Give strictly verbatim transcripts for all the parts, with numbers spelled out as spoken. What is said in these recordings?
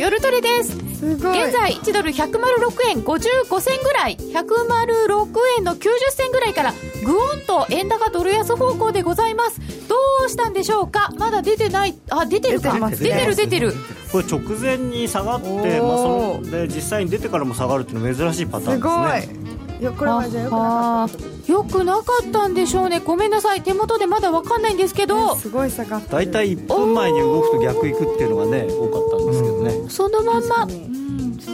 夜トレです。 すごい。 現在いちドルひゃくろくえんごじゅうごせんぐらい、ひゃくろくえんのきゅうじゅっせんぐらいからグオンと円高ドル安方向でございます。どうしたんでしょうか。まだ出てない。あ、出てるか。出て, 出てる出てる。 これ直前に下がって、まあ、そので実際に出てからも下がるっていうのは珍しいパターンですね。 すごい。いやこれはじゃあよくなかった。よくなかったんでしょうね。ごめんなさい、手元でまだ分かんないんですけど、 すごい下がってる。 だいたいいっぷんまえに動くと逆行くっていうのがね多かったんですけどね、 うん、そのまんま、うん、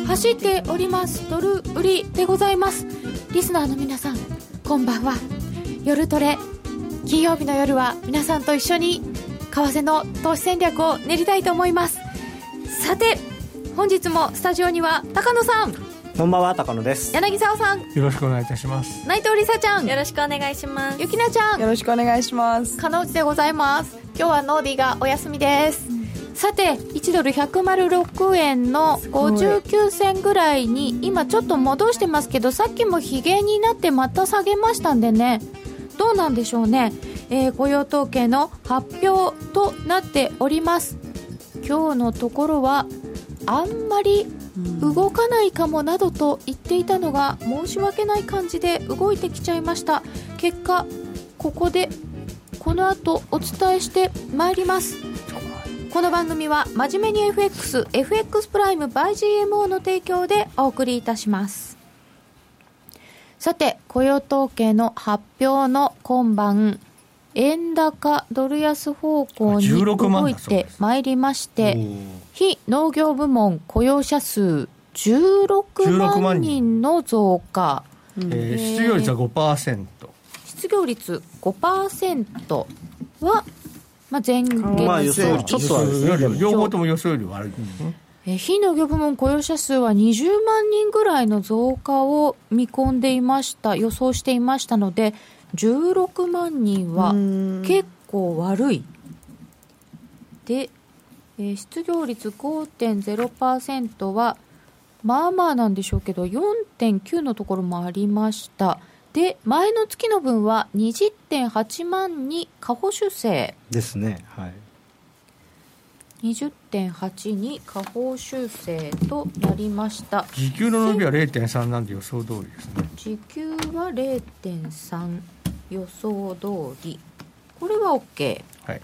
走っております。ドル売りでございます。リスナーの皆さんこんばんは。夜トレ金曜日の夜は皆さんと一緒に為替の投資戦略を練りたいと思います。さて本日もスタジオには高野さん、 こんばんは、高野です。 柳沢さん、 よろしくお願いいたします。 内藤梨沙ちゃん、 よろしくお願いします。 ゆきなちゃん、 よろしくお願いします。 金内でございます。今日はノーディーがお休みです、うん、さていちドルひゃくろくえんのごじゅうきゅうせんぐらいに今ちょっと戻してますけど、さっきもヒゲになってまた下げましたんでね、どうなんでしょうね。えー、雇用統計の発表となっております。今日のところはあんまり動かないかもなどと言っていたのが申し訳ない感じで動いてきちゃいました。結果ここでこの後お伝えしてまいります。この番組は真面目に エフエックス エフエックス プライム by ジーエムオー の提供でお送りいたします。さて雇用統計の発表の今晩、円高ドル安方向に動いてまいりまして、非農業部門雇用者数じゅうろくまんにんの増加、 えー、失業率は ごパーセント。 失業率 ごパーセント は、まあ、前月、 まあ、予想よりちょっとはですね、 両方とも予想より悪い、うんえー、非農業部門雇用者数はにじゅうまんにんぐらいの増加を見込んでいました、予想していましたので、じゅうろくまんにんは結構悪いで、えー、失業率 ごてんゼロパーセント はまあまあなんでしょうけど よんてんきゅう のところもありました。で前の月の分は にじゅってんはちまんに下方修正ですね、はい、 にじゅってんはち に下方修正となりました。 時給の伸びは れいてんさん なんで予想通りですね。 時給は れいてんさん 予想通り、これは OK、 はい。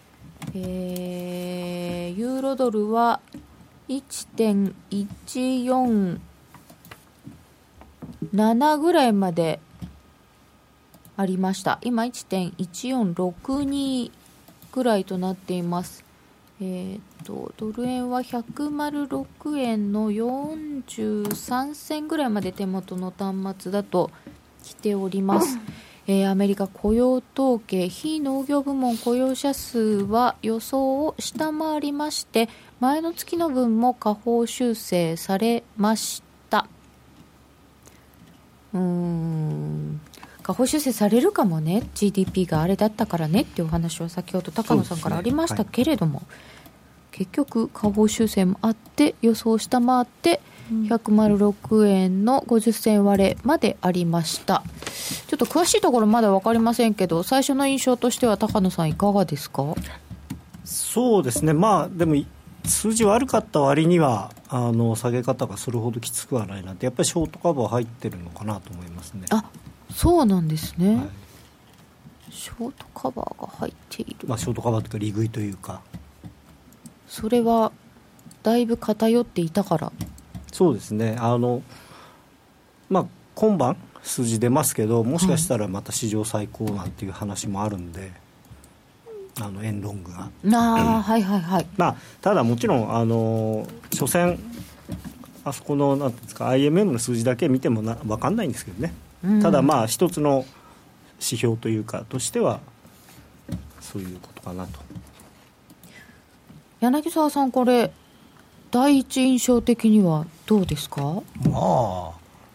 えー、ユーロドルは いってんいちよんなな ぐらいまでありました。今 いってんいちよんろくに ぐらいとなっています。えー、とドル円はひゃくろくえんのよんじゅうさんせんぐらいまで手元の端末だと来ております。えー、アメリカ雇用統計非農業部門雇用者数は予想を下回りまして、前の月の分も下方修正されました。うーん下方修正されるかもね、 ジーディーピー があれだったからねっていうお話は先ほど高野さんからありましたけれども、ね、はい、結局下方修正もあって予想を下回ってひゃくろくえんのごじゅっ銭割れまでありました。ちょっと詳しいところまだ分かりませんけど、最初の印象としては高野さんいかがですか。 そうですね、まあでも数字悪かった割にはあの下げ方がそれほどきつくはないなって、やっぱりショートカバー入ってるのかなと思いますね。 あ、そうなんですね、はい、ショートカバーが入っている、 まあ、ショートカバーというか利食いというか、 それはだいぶ偏っていたから。そうですね、 あの、まあ、今晩数字出ますけど、もしかしたらまた史上最高なんていう話もあるんで、うん、あの円ロングがあ、 うん、はいはいはい、 まあ、ただもちろんあの所詮あそこのなんていうんですか アイエムエム の数字だけ見てもな分かんないんですけどね、うん、ただまあ一つの指標というかとしてはそういうことかなと。 柳沢さん、これ第一印象的にはどうですか。まあ、うん、ま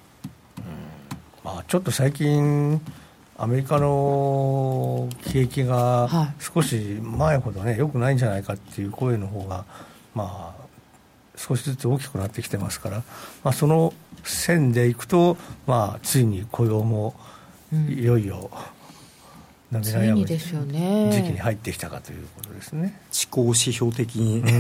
あちょっと最近アメリカの景気が少し前ほどね良くないんじゃないかっていう声の方がまあ少しずつ大きくなってきてますから、まあ、その線でいくと、まあ、ついに雇用もいよいよ伸び悩む時期に入ってきたかということですね。 遅行指標的に、うん、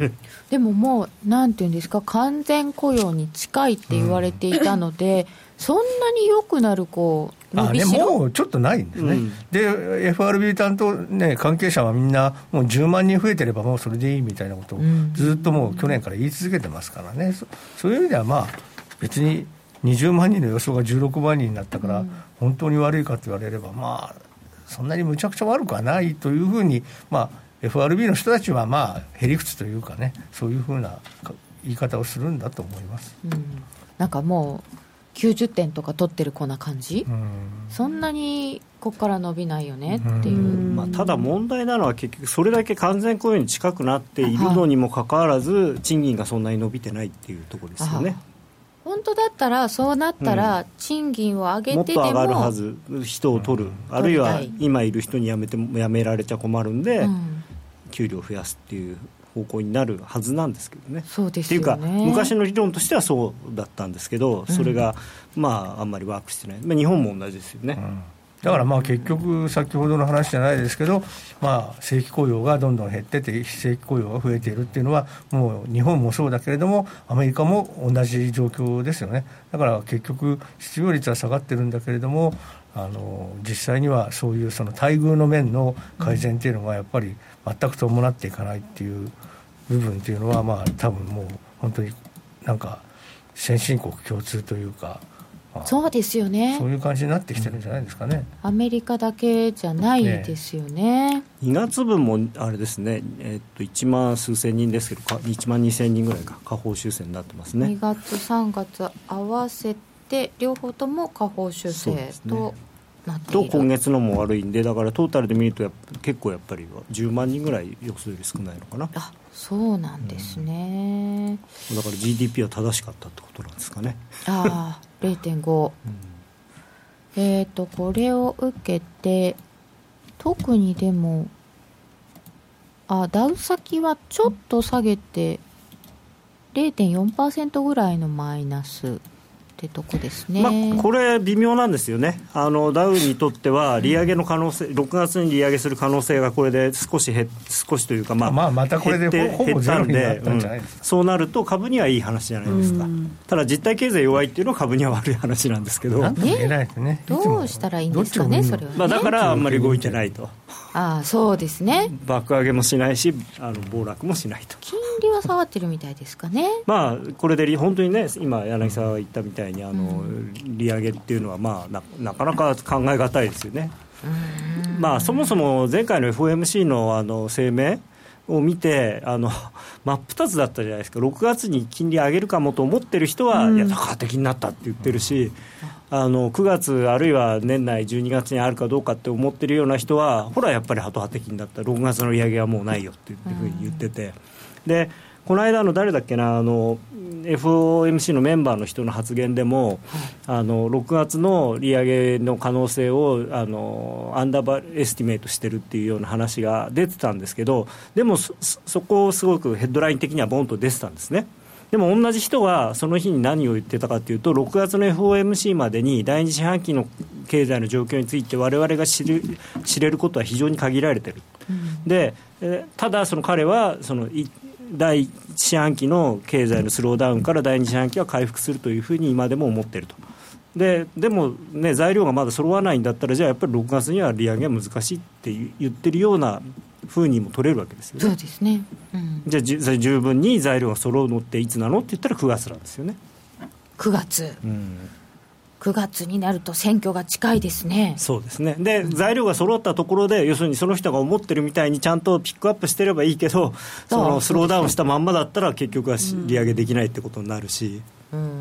でももうなんていうんですか、完全雇用に近いって言われていたので、うん、そんなに良くなるこう伸びしろ、 あ、ね、もうちょっとないんですね、うん、で エフアールビー 担当、ね、関係者はみんなもうじゅうまんにん増えてればもうそれでいいみたいなことをずっともう去年から言い続けてますからね、うん、そ, そういう意味ではまあ別ににじゅうまんにんの予想がじゅうろくまんにんになったから、うん、本当に悪いかと言われればまあそんなにむちゃくちゃ悪くはないというふうに、まあ、エフアールビー の人たちはまあへりくつというかね、そういうふうな言い方をするんだと思います、 うん、なんかもうきゅうじゅってんとか取ってるこんな感じ、うん、そんなにここから伸びないよねっていう、うん、 まあ、ただ問題なのは結局それだけ完全雇用に近くなっているのにもかかわらず賃金がそんなに伸びてないっていうところですよね。 本当だったらそうなったら賃金を上げてでも、 もっと上がるはず、人を取る、うん、あるいは今いる人に辞めても辞められちゃ困るんで、うん、給料を増やすっていう方向になるはずなんですけどね。 そうですよね。 っていうか昔の理論としてはそうだったんですけど、それが、うん、まああんまりワークしてない、まあ、日本も同じですよね、うん、 だからまあ結局先ほどの話じゃないですけど、まあ、正規雇用がどんどん減ってて非正規雇用が増えているっていうのはもう日本もそうだけれどもアメリカも同じ状況ですよね。だから結局失業率は下がってるんだけれども、あの実際にはそういうその待遇の面の改善っていうのがやっぱり全く伴っていかないっていう部分っていうのは、まあ多分もう本当になんか先進国共通というか、 そうですよね、 そういう感じになってきてるんじゃないですかね。 アメリカだけじゃないですよ ね, ねにがつぶんもあれですね、えー、っといちまん数千人ですけどいちまんにせんにんぐらいか下方修正になってますね。 にがつさんがつ合わせて両方とも下方修正となっている、 と今月のも悪いんで、だからトータルで見るとやっぱ結構やっぱりじゅうまんにんぐらい予想より少ないのかな。 あ、そうなんですね、 うん、だから ジーディーピー は正しかったってことなんですかね。 ああゼロてんご、うん、えーとこれを受けて特にでもあダウ先はちょっと下げて ゼロてんよんパーセント ぐらいのマイナスってとこですね。 まあ、これ微妙なんですよね。あのダウにとっては利上げの可能性、ろくがつに利上げする可能性がこれで少し減少しというか、まあ、 まあ、またこれでほぼゼロになったんじゃないですか、 うん、そうなると株にはいい話じゃないですか。ただ実体経済弱いっていうのは株には悪い話なんですけど、 なんとも言えないですね。 どうしたらいいんですかね、それはね。 まあ、だからあんまり動いてないと。 ああ、そうですね。 爆上げもしないし、あの暴落もしないと。 金利は下がってるみたいですかね。 まあこれで本当にね、今柳沢が言ったみたいにあの、うん、利上げっていうのは、まあ、な, なかなか考え難いですよね。うん、まあ、そもそも前回の エフオーエムシー の, あの声明を見てあの真っ二つだったじゃないですか。ろくがつに金利上げるかもと思ってる人は、うん、いや多角的になったって言ってるし、あのくがつあるいは年内じゅうにがつにあるかどうかって思ってるような人はほらやっぱりハト派的になった、ろくがつの利上げはもうないよっていうふうに言ってて、でこの間の誰だっけな、あの エフオーエムシー のメンバーの人の発言でも、あのろくがつの利上げの可能性をあのアンダーバエスティメイトしてるっていうような話が出てたんですけど、でも そ, そこをすごくヘッドライン的にはボンと出てたんですね。でも同じ人はその日に何を言ってたかというと、ろくがつの エフオーエムシー までに第二四半期の経済の状況について我々が知る、知れることは非常に限られている、うん、でただその彼はその第一四半期の経済のスローダウンから第二四半期は回復するというふうに今でも思っていると。で, でも、ね、材料がまだ揃わないんだったら、じゃあやっぱりろくがつには利上げは難しいって言ってるようなふうにも取れるわけですよね。 そうですね、うん、 じゃあじ十分に材料が揃うのっていつなのって言ったらくがつなんですよね。 くがつ、うん、くがつになると選挙が近いですね。 そうですね。で、うん、材料が揃ったところで要するにその人が思ってるみたいにちゃんとピックアップしてればいいけど、そのスローダウンしたまんまだったら結局は利上げできないってことになるし、うん、うん、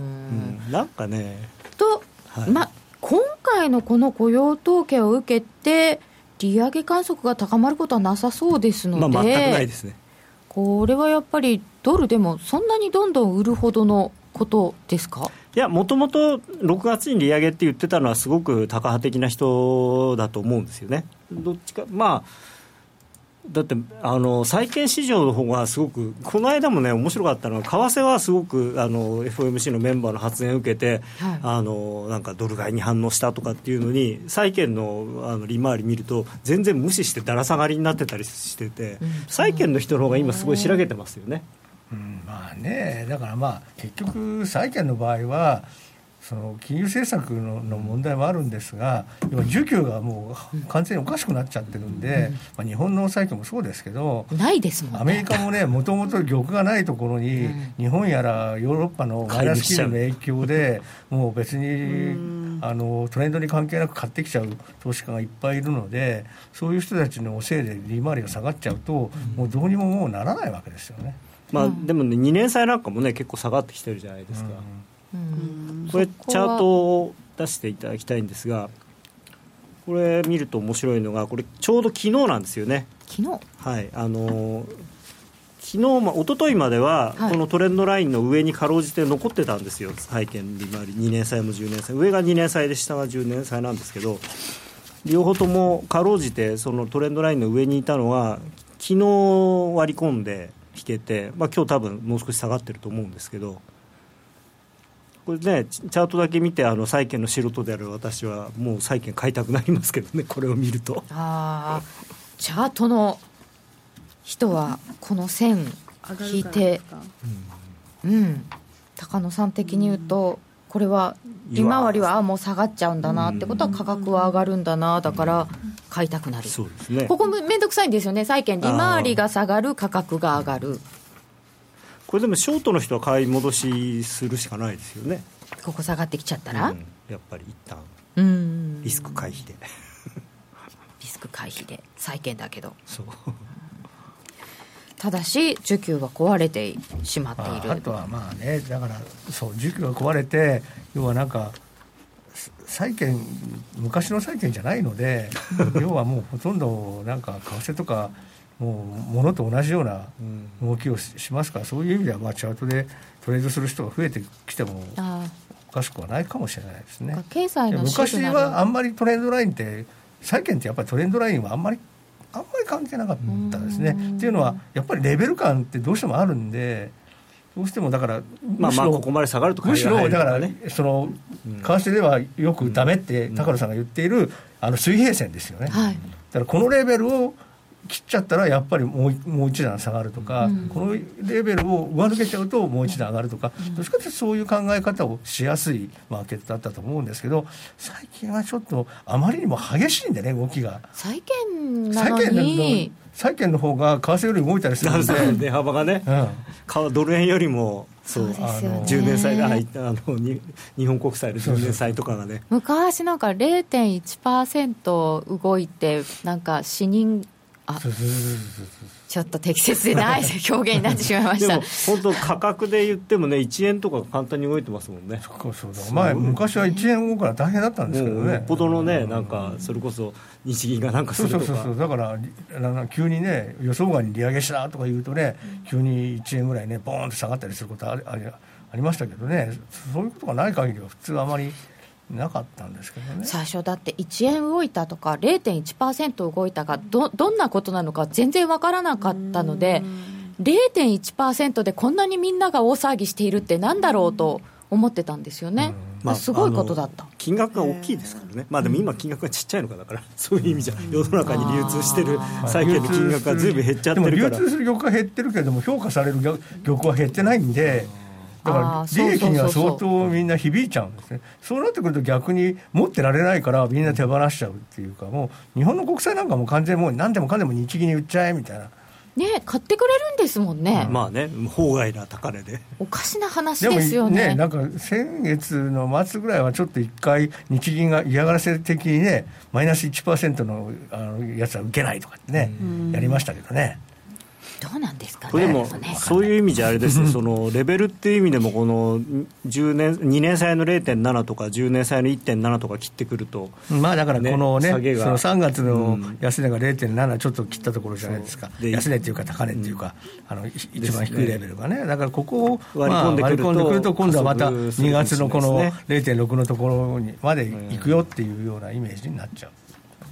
なんかねと、はい、ま、今回のこの雇用統計を受けて利上げ観測が高まることはなさそうですので、 まあ、全くないですね。 これはやっぱりドルでもそんなにどんどん売るほどのことですか。 いや、もともとろくがつに利上げって言ってたのはすごくタカ派的な人だと思うんですよね。どっちか、まあだってあの債券市場の方がすごくこの間もね面白かったのは為替はすごくあの エフオーエムシー のメンバーの発言を受けて、はい、あのなんかドル買いに反応したとかっていうのに債券 の, あの利回り見ると全然無視してだら下がりになってたりしてて、うん、債券の人の方が今すごいしらけてますよね、 うん、まあねだからまあ結局債券の場合はその金融政策 の, の問題もあるんですが今需給がもう完全におかしくなっちゃってるんで、まあ、日本の債券もそうですけどないですもんね。 アメリカもねもともと玉がないところに、うん、日本やらヨーロッパのマイナス金利の影響でもう別にあのトレンドに関係なく買ってきちゃう投資家がいっぱいいるのでそういう人たちのせいで利回りが下がっちゃうと、うん、もうどうにももうならないわけですよね。 まあ、でもねにねん債なんかもね結構下がってきてるじゃないですか、うんうん、これチャートを出していただきたいんですがこれ見ると面白いのがこれちょうど昨日なんですよね。 昨日はいあのー、昨日、まあ、一昨日まではこのトレンドラインの上にかろうじて残ってたんですよ債券利回りにねん債もじゅうねん債上がにねん債で下がじゅうねん債なんですけど両方ともかろうじてそのトレンドラインの上にいたのは昨日割り込んで引けて、まあ、今日多分もう少し下がってると思うんですけどこれねチャートだけ見てあの債券の素人である私はもう債券買いたくなりますけどねこれを見るとあチャートの人はこの線引いてうん、うん、高野さん的に言うとこれは利回りはもう下がっちゃうんだなってことは価格は上がるんだなだから買いたくなる、 そうですね、 ここめんどくさいんですよね債券利回りが下がる価格が上がるこれでもショートの人は買い戻しするしかないですよねここ下がってきちゃったら、 うん、やっぱり一旦うんリスク回避でリスク回避で債券だけどそうただし需給が壊れてしまっている。 あ, あとはまあねだからそう需給が壊れて要はなんか債券昔の債券じゃないので要はもうほとんどなんか為替とかもう物と同じような動きを し, しますからそういう意味ではまあチャートでトレードする人が増えてきてもおかしくはないかもしれないですね。 経済の昔はあんまりトレンドラインって債券ってやっぱりトレンドラインはあんまりあんまり関係なかったですね。っていうのはやっぱりレベル感ってどうしてもあるんでどうしてもだからまあまあここまで下がるとむしろだからその為替ではよくダメって高野さんが言っているあの水平線ですよね、はい、だからこのレベルを切っちゃったらやっぱりもう、もう一段下がるとか、うん、このレベルを上抜けちゃうともう一段上がるとか、うん、どっちかというとそういう考え方をしやすいマーケットだったと思うんですけど最近はちょっとあまりにも激しいんでね動きが債券なのに債券の方が為替より動いたりするんで値幅がね、うん、ドル円よりもそうそうですよね、 あのじゅうねん債が入ったあのに日本国債のじゅうねん債とかがね昔なんか れいてんいちパーセント 動いてなんか死人あちょっと適切でない表現になってしまいましたでも本当価格で言ってもねいちえんとか簡単に動いてますもんね。 そうそうだ前昔はいちえん動くから大変だったんですけどね。 よっぽどのねなんかそれこそ日銀がなんかするとかそうそうそうだから急にね予想外に利上げしたとか言うとね急にいちえんぐらいねボーンと下がったりすることあり、あり、ありましたけどねそういうことがない限りは普通あまりなかったんですけどね。 最初だっていちえん動いたとか れいてんいちパーセント 動いたか ど, どんなことなのか全然わからなかったので れいてんいちパーセント でこんなにみんなが大騒ぎしているってなんだろうと思ってたんですよね、まあ、すごいことだった。 金額が大きいですからね、まあ、でも今金額がちっちゃいのかだからそういう意味じゃ世の中に流通してる債券の金額がずいぶん減っちゃってるから。 でも流通する玉は減ってるけれども評価される玉は減ってないんでだから利益には相当みんな響いちゃうんですね。そうなってくると逆に持ってられないからみんな手放しちゃうっていうかもう日本の国債なんかも完全にもう何でもかんでも日銀に売っちゃえみたいなね買ってくれるんですもんね、 うん、まあね法外な高値でおかしな話ですよね。 でもねなんか先月の末ぐらいはちょっと一回日銀が嫌がらせ的にねマイナス いちパーセント の, あのやつは受けないとかってねやりましたけどね。 どうなんですかね。 これでもそういう意味じゃあれですねそのレベルっていう意味でもこのじゅうねんにねん債の れいてんなな とかじゅうねん債の いってんなな とか切ってくるとまあだからこのねそのさんがつの安値が れいてんなな ちょっと切ったところじゃないですか、うん、安値っていうか高値っていうか、うん、あの一番低いレベルがねだからここを割り込んでくると、まあ、割り込んでくると今度はまたにがつのこの れいてんろく のところにまで行くよっていうようなイメージになっちゃう。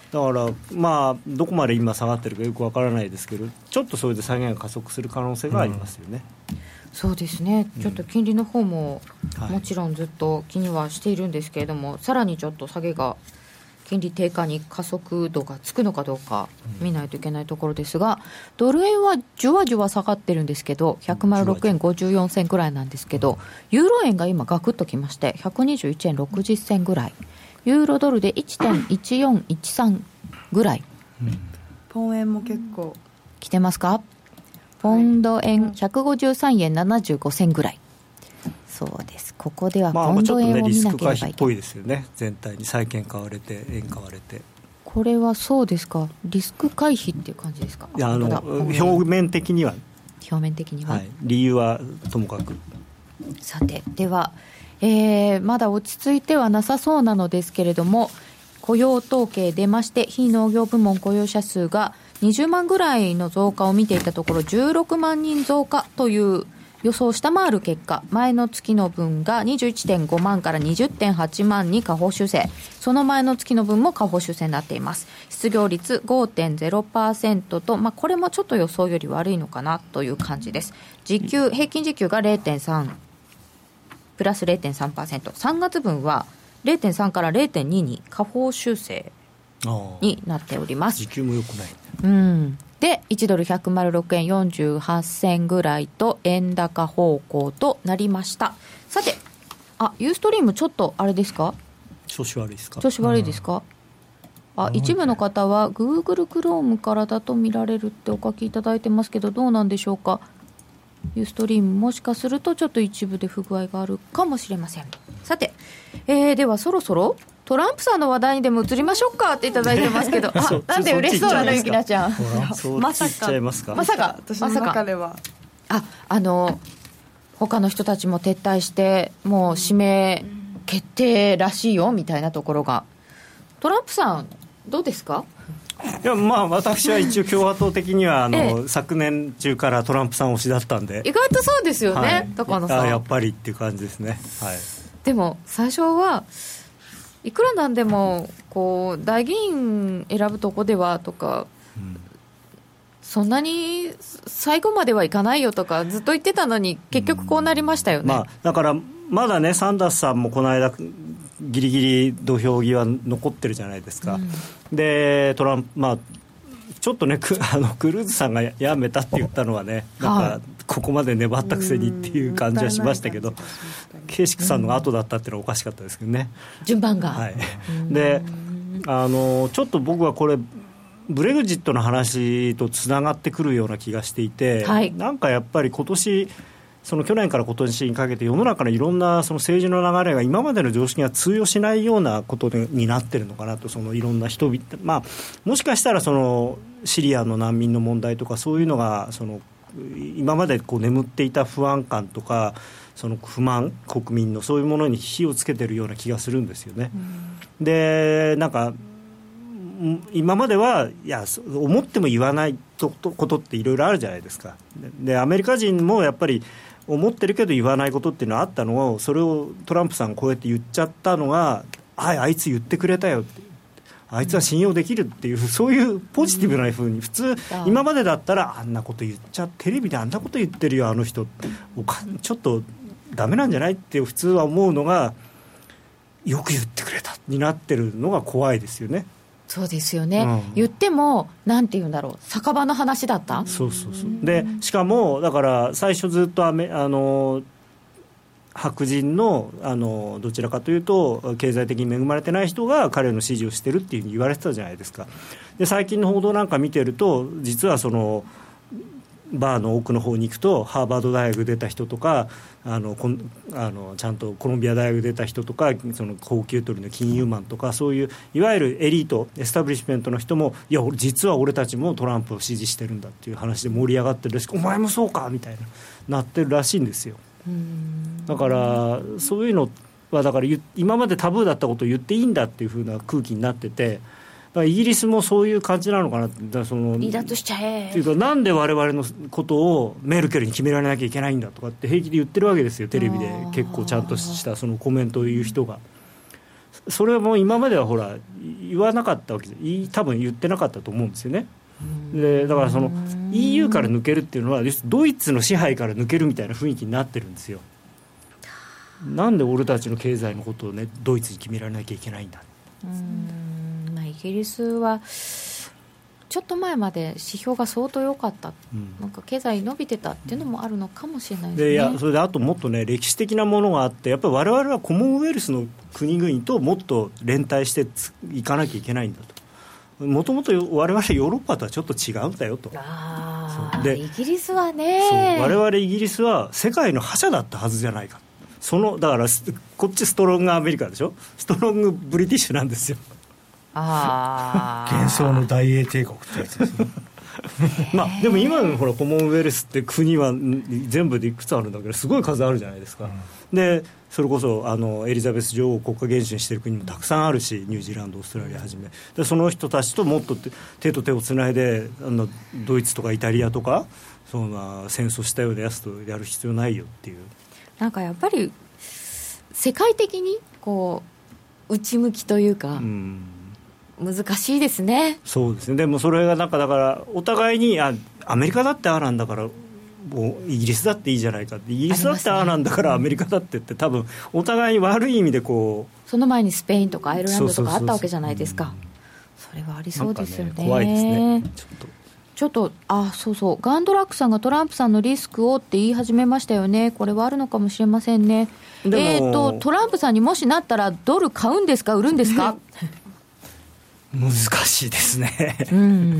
だから、まあ、どこまで今下がってるかよくわからないですけど、ちょっとそれで下げが加速する可能性がありますよね、 うん、そうですね、ちょっと金利の方も、 うん、 もちろんずっと気にはしているんですけれども、はい、さらにちょっと下げが金利低下に加速度がつくのかどうか見ないといけないところですが、うん、ドル円はじわじわ下がってるんですけどひゃくろくえんごじゅうよん銭くらいなんですけど、うん、ユーロ円が今ガクッときましてひゃくにじゅういちえんろくじゅっ銭ぐらい、ユーロドルで いってんいちよんいちさん ぐらい、 うん、ポン円も結構来てますか。ポンド円ひゃくごじゅうさんえんななじゅうご銭ぐらい。そうです。ここではポンド円を見なければいけない、まあ、ちょっとねリスク回避っぽいですよね。全体に債券買われて円買われて、 これはそうですか、リスク回避っていう感じですか。 いや、あの表面的には表面的には、 はい、理由はともかく。 さてでは、えー、まだ落ち着いてはなさそうなのですけれども、雇用統計出まして、非農業部門雇用者数がにじゅうまんぐらいの増加を見ていたところじゅうろくまんにん増加という予想を下回る結果、前の月の分が にじゅういちてんごまんから にじゅってんはちまんに下方修正、その前の月の分も下方修正になっています。失業率 ごてんゼロパーセント と、まあ、これもちょっと予想より悪いのかなという感じです。時給平均時給が れいてんさん プラス れいてんさんパーセント、 さんがつ分は れいてんさん から れいてんに に下方修正になっております。 時給も良くない、 うんでいちドルひゃくろくえんよんじゅうはち銭ぐらいと円高方向となりました。さて、あ、ユーストリームちょっとあれですか、 調子悪いですか。 調子悪いですか、うん、あ、一部の方は Google Chrome からだと見られるってお書きいただいてますけど、どうなんでしょうか。ユーストリームもしかするとちょっと一部で不具合があるかもしれません。さて、えー、ではそろそろトランプさんの話題にでも移りましょうかっていただいてますけど、あ、なんで嬉しそうなのゆきなちゃん。 まさかまさかまさか私の中ではあ、あの他の人たちも撤退してもう指名決定らしいよみたいなところが、トランプさんどうですか。 いや、まあ、私は一応共和党的にはあの、 ええ、 昨年中からトランプさん推しだったんで、 意外とそうですよね、はい、高野さん。 あ、やっぱりっていう感じですね、はい、 でも最初はいくらなんでもこう大議員選ぶとこではとか、うん、そんなに最後まではいかないよとかずっと言ってたのに結局こうなりましたよね、うん、まあ、 だからまだねサンダースさんもこの間ギリギリ土俵際残ってるじゃないですか、うん、でトランプ、まあ、ちょっとねあのクルーズさんがやめたって言ったのはね、なんかここまで粘ったくせにっていう感じはしましたけど、ケイシックさんのが後だったっていうのはおかしかったですけどね、 順番が、 はい、であのちょっと僕はこれブレグジットの話とつながってくるような気がしていて、はい、なんかやっぱり今年その去年から今年にかけて世の中のいろんなその政治の流れが今までの常識が通用しないようなことになってるのかなと、そのいろんな人々、まあ、もしかしたらそのシリアの難民の問題とかそういうのがその今までこう眠っていた不安感とかその不満、国民のそういうものに火をつけてるような気がするんですよね、うん、でなんか今まではいや思っても言わないことっていろいろあるじゃないですか。でアメリカ人もやっぱり思ってるけど言わないことっていうのはあったのを、それをトランプさんこうやって言っちゃったのが、はい、あいつ言ってくれたよって、あいつは信用できるっていう、そういうポジティブなふうに、普通今までだったらあんなこと言っちゃテレビであんなこと言ってるよあの人ちょっとダメなんじゃないって普通は思うのが、よく言ってくれたになってるのが怖いですよね。 そうですよね、うん、言ってもなんて言うんだろう、酒場の話だった。 そうそうそう。でしかもだから最初ずっとアメあの白人 の, あのどちらかというと経済的に恵まれてない人が彼の支持をしてるっていうふうに言われてたじゃないですか。で最近の報道なんか見てると、実はそのバーの奥の方に行くとハーバード大学出た人とかあのこあのちゃんとコロンビア大学出た人とか、その高級取りの金融マンとか、そういういわゆるエリートエスタブリッシュメントの人も、いや実は俺たちもトランプを支持してるんだっていう話で盛り上がってるらしく、お前もそうかみたいななってるらしいんですよ。だからそういうのはだから今までタブーだったことを言っていいんだっていう風な空気になってて、だからイギリスもそういう感じなのかなって。だからその離脱しちゃえっていうか、なんで我々のことをメルケルに決められなきゃいけないんだとかって平気で言ってるわけですよ、テレビで結構ちゃんとしたそのコメントを言う人が。 それも今まではほら言わなかったわけで、多分言ってなかったと思うんですよね。でだからその イーユー から抜けるっていうのはドイツの支配から抜けるみたいな雰囲気になってるんですよ。なんで俺たちの経済のことをねドイツに決められなきゃいけないんだ。 うーん、まあ、イギリスはちょっと前まで指標が相当良かった、うん、なんか経済伸びてたっていうのもあるのかもしれないですね。 でいやそれであともっとね歴史的なものがあって、やっぱり我々はコモンウェルスの国々ともっと連帯していかなきゃいけないんだと。もともと我々ヨーロッパとはちょっと違うんだよと。 あでイギリスはね、 そう我々イギリスは世界の覇者だったはずじゃないか。そのだからこっちストロングアメリカでしょ、ストロングブリティッシュなんですよ。 あ幻想の大英帝国ってやつですねまあ、でも今のほらコモンウェルスって国は全部でいくつあるんだけどすごい数あるじゃないですか、うん、でそれこそあのエリザベス女王を国家元首にしている国もたくさんあるし、ニュージーランドオーストラリアはじめでその人たちともっと手と手をつないであのドイツとかイタリアとかそんな戦争したようなやつとやる必要ないよっていう。 なんかやっぱり世界的にこう内向きというか、うん難しいですね。 そうですね。でもそれがなんかだからお互いにあアメリカだってああなんだからもうイギリスだっていいじゃないかって、イギリスだってああなんだからアメリカだってって多分お互いに悪い意味でこう、 その前にスペインとかアイルランドとかあったわけじゃないですか。それはありそうですよね。 なんかね怖いですね。ちょっとちょっとあそうそうガンドラックさんがトランプさんのリスクをって言い始めましたよね。これはあるのかもしれませんね。えーとトランプさんにもしなったらドル買うんですか売るんですか難しいですね、 うん、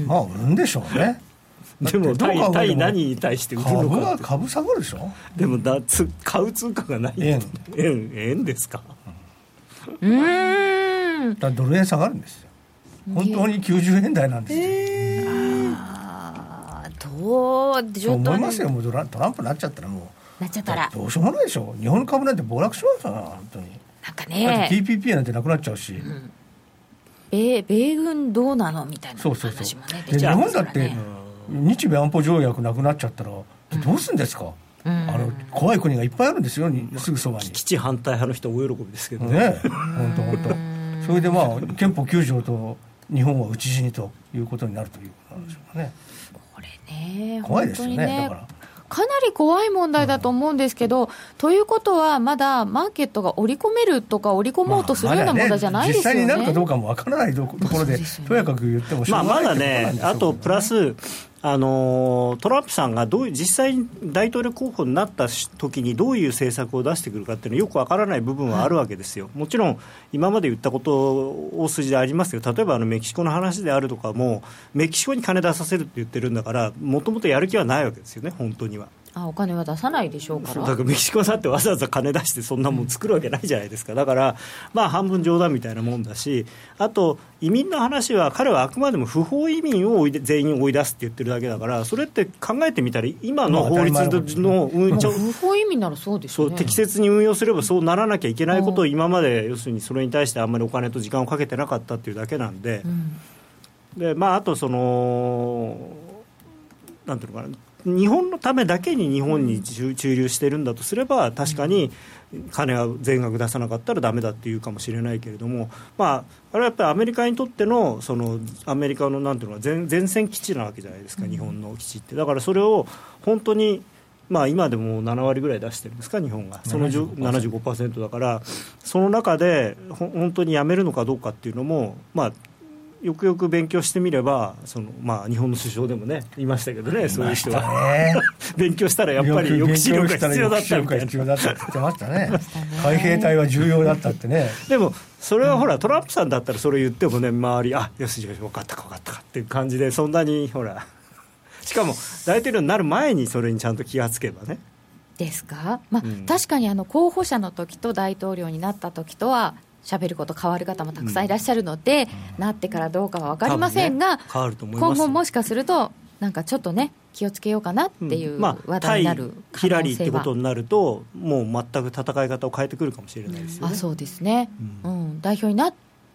まあ売るんでしょうね。 でも対対何に対して売るのか株は株下がるでしょ。 でもだつ買う通貨がない円円円ですか。 うーんだドル円下がるんですよ。本当にきゅうじゅうえん台なんですよ、 えー、あどうそう思いますよ。もうトランプになっちゃったらもうなっちゃったらどうしようもないでしょ。日本の株なんて暴落しますから本当に。 なんかねだって ティーピーピー なんてなくなっちゃうし、うん米, 米軍どうなのみたいな話もねそうそうそう出ちゃいますからね。 日本だって日米安保条約なくなっちゃったらどうするんですか、うん、あの怖い国がいっぱいあるんですよすぐそばに。 基地反対派の人は大喜びですけどね。 ね本当本当。それでまあ憲法きゅう条と日本は討ち死にということになるということなんでしょうかね。 これね怖いですよね。 ねだからかなり怖い問題だと思うんですけど、うん、ということはまだマーケットが織り込めるとか織り込もうとするような問題じゃないですよね。 まあまだね実際になるかどうかもわからないところで、とやかく言ってもしょうがない、 まあ、まだねあとプラスあのトランプさんがどう実際に大統領候補になった時にどういう政策を出してくるかっていうのはよくわからない部分はあるわけですよ、はい、もちろん今まで言ったこと大筋でありますけど、例えばあのメキシコの話であるとかもメキシコに金出させるって言ってるんだからもともとやる気はないわけですよね本当には。 あお金は出さないでしょうから。 だからメキシコだってわざわざ金出してそんなもん作るわけないじゃないですか。だからまあ半分冗談みたいなもんだし、あと移民の話は彼はあくまでも不法移民を追いで全員追い出すって言ってるだけだから、それって考えてみたら今の法律の運用、 不法移民ならそうですよね。 そう適切に運用すればそうならなきゃいけないことを今まで要するにそれに対してあんまりお金と時間をかけてなかったっていうだけなんで、うん、でまああとそのなんていうのかな、日本のためだけに日本に駐留してるんだとすれば確かに金は全額出さなかったらダメだっていうかもしれないけれども、まあ、あれはやっぱりアメリカにとっての、そのアメリカのなんていうのか 前, 前線基地なわけじゃないですか、日本の基地って。だからそれを本当に、まあ、今でもなな割ぐらい出してるんですか日本が。その ななじゅうごパーセント だから、その中で本当にやめるのかどうかっていうのも、まあよくよく勉強してみればその、まあ、日本の首相でもねいましたけどね、そういう人は勉強したらやっぱり抑止力が必要だったみたいな必要だったって言ってましたね海兵隊は重要だったってね。 でもそれはほら、うん、トランプさんだったらそれ言ってもね周りあよしよし分かったか分かったかっていう感じで、そんなにほらしかも大統領になる前にそれにちゃんと気がつけばねですか、まあうん、 確かにあの候補者の時と大統領になった時とは喋ること変わる方もたくさんいらっしゃるので、うん、なってからどうかは分かりませんが、ね、 変わると思います。 今後もしかするとなんかちょっとね気をつけようかなっていう話題になる可能性は、うんまあ、対ヒラリーってことになるともう全く戦い方を変えてくるかもしれないですよね。 あそうですね、うんうん、代表になっ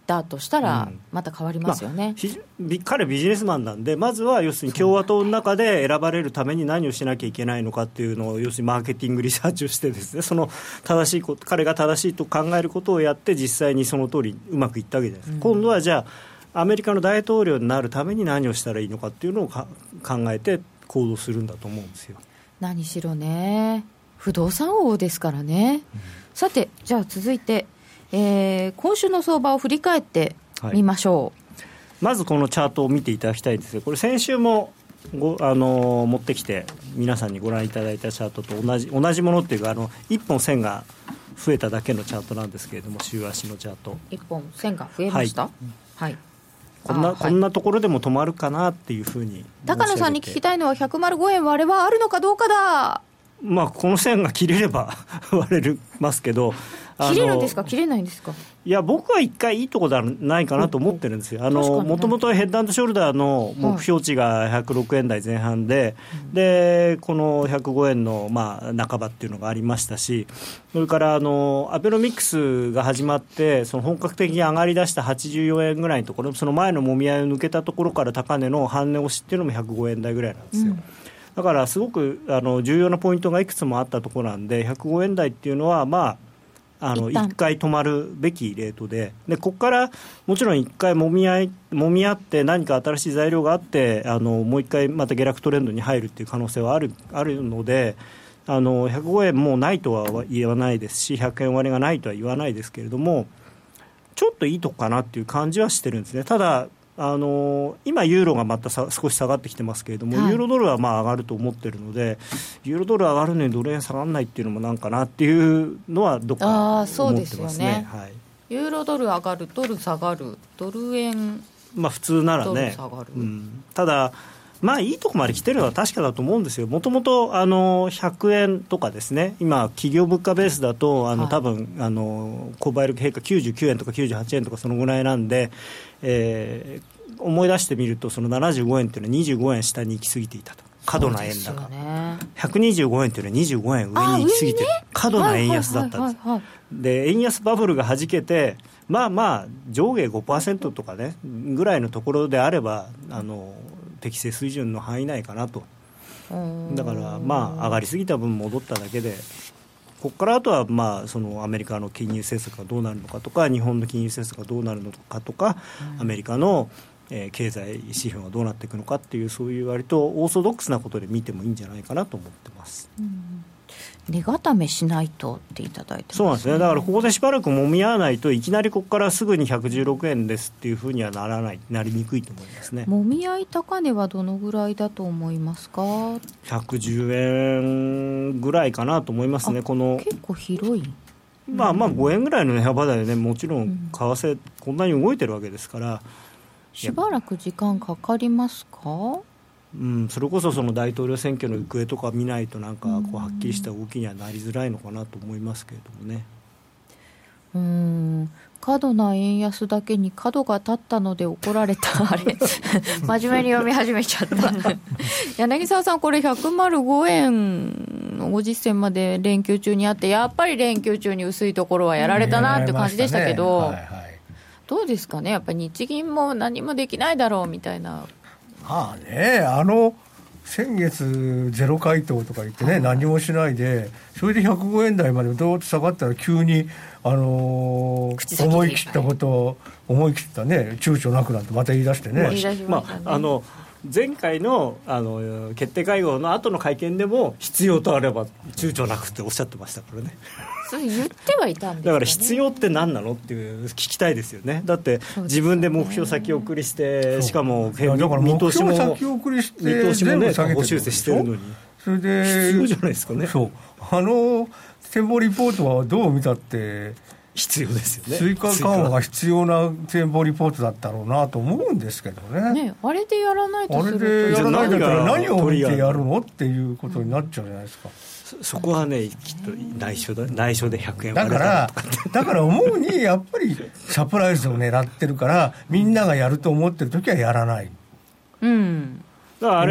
だとしたらまた変わりますよね、 まあ、彼ビジネスマンなんで、まずは要するに共和党の中で選ばれるために何をしなきゃいけないのかっていうのを、要するにマーケティングリサーチをしてですね、その正しいこと、彼が正しいと考えることをやって実際にその通りうまくいったわけじゃないですか、うん、今度はじゃあアメリカの大統領になるために何をしたらいいのかっていうのをか考えて行動するんだと思うんですよ。 何しろね、不動産王ですからね、うん、さてじゃあ続いて、えー、今週の相場を振り返ってみましょう、はい、 まずこのチャートを見ていただきたいんですが、これ先週もご、あのー、持ってきて皆さんにご覧いただいたチャートと同じ同じものっていうか、あのいっぽん線が増えただけのチャートなんですけれども、週足のチャートいっぽん線が増えました、はいはい、 こんな、こんなところでも止まるかなっていうふうに、 高野さんに聞きたいのはひゃくごえん割れはあるのかどうかだ。 まあ、この線が切れれば割れますけど、 切れるんですか切れないんですか。 いや僕は一回いいところではないかなと思ってるんですよ。もともとヘッド&ショルダーの目標値がひゃくろくえん台前半で、はい、でこのひゃくごえんのまあ半ばっていうのがありましたし、それからあのアベノミクスが始まってその本格的に上がりだしたはちじゅうよえんぐらいのところ、その前のもみ合いを抜けたところから高値の半値押しっていうのもひゃくごえん台ぐらいなんですよ、うん、だからすごくあの重要なポイントがいくつもあったところなんで、ひゃくごえん台っていうのはまああのいっかい止まるべきレート で, でここからもちろんいっかいもみ合いもみ合って何か新しい材料があってあのもういっかいまた下落トレンドに入るっていう可能性はあ る, あるので、あのひゃくごえんもうないとは言わないですし、ひゃくえん割れがないとは言わないですけれども、ちょっといいとこかなっていう感じはしてるんですね。ただあの今ユーロがまたさ少し下がってきてますけれども、はい、ユーロドルはまあ上がると思ってるので、ユーロドル上がるのにドル円下がらないっていうのもなんかなっていうのはどっか思ってますね。あ、そうですよね、はい、 ユーロドル上がるドル下がるドル円、 まあ普通ならね、うん、ただまあいいとこまで来てるのは確かだと思うんですよ。もともとあのひゃくえんとかですね、今企業物価ベースだとあの、はい、多分あの購買力平価きゅうじゅうきゅうえんとかきゅうじゅうはちえんとかそのぐらいなんで、えー、思い出してみるとそのななじゅうごえんというのはにじゅうごえん下に行き過ぎていたと、過度な円高、ね、ひゃくにじゅうごえんというのはにじゅうごえん上に行き過ぎて、ね、過度な円安だったんです、はいはいはいはい、で円安バブルが弾けて、まあまあ上下 ごパーセント とかねぐらいのところであればあの適正水準の範囲内かなと。だからまあ上がりすぎた分戻っただけで、ここからあとはまあそのアメリカの金融政策がどうなるのかとか、日本の金融政策がどうなるのかとか、アメリカのえー、経済指標がどうなっていくのかっていう、そういう割とオーソドックスなことで見てもいいんじゃないかなと思ってます、うん、 値固めしないとっていただいてます、ね、 そうなんですね。だからここでしばらくもみ合わないといきなりここからすぐにひゃくじゅうろくえんですっていうふうにはならないなりにくいと思いますね。 もみ合い高値はどのぐらいだと思いますか。 ひゃくじゅうえんぐらいかなと思いますね。この結構広い、 まあまあごえんぐらいの値幅だよね。もちろん為替こんなに動いてるわけですから、 しばらく時間かかりますか。 うん、それこそその大統領選挙の行方とか見ないとなんかこうはっきりした動きにはなりづらいのかなと思いますけれどもね。 うーん、過度な円安だけに角が立ったので怒られたあれ真面目に読み始めちゃった柳沢さん、これひゃくごえんのご実践まで連休中にあって、やっぱり連休中に薄いところはやられたなって感じでしたけど、はいはい、どうですかね。やっぱり日銀も何もできないだろうみたいな。 まあね、あの先月ゼロ回答とか言ってね、はい、何もしないでそれでひゃくごえん台までどうと下がったら急に、あのー、思い切ったことを思い切ったね、躊躇なくなんてまた言い出してね、 まあ、あの前回 の, あの決定会合の後の会見でも必要とあれば躊躇なくっておっしゃってましたからね。 それ言ってはいたんですかね。 だから必要って何なのっていう聞きたいですよね。だって自分で目標先送りして、しかもだから目標先送りして見通しもね下方修正してるのに、 それで必要じゃないですかね。 そう、あの展望リポートはどう見たって必要ですよね。 追加緩和が必要な展望リポートだったろうなと思うんですけど ね, ねあれでやらないとすると、 あれでやらないと何を見てやるのっていうことになっちゃうじゃないですか、 うん、そ, そこはねきっと内緒だ内緒でひゃくえんだからだから思うにやっぱりサプライズを狙ってるからみんながやると思ってるときはやらない、 うん、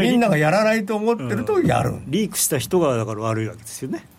だからあれみんながやらないと思ってるとやる、 うん、リークした人がだから悪いわけですよね。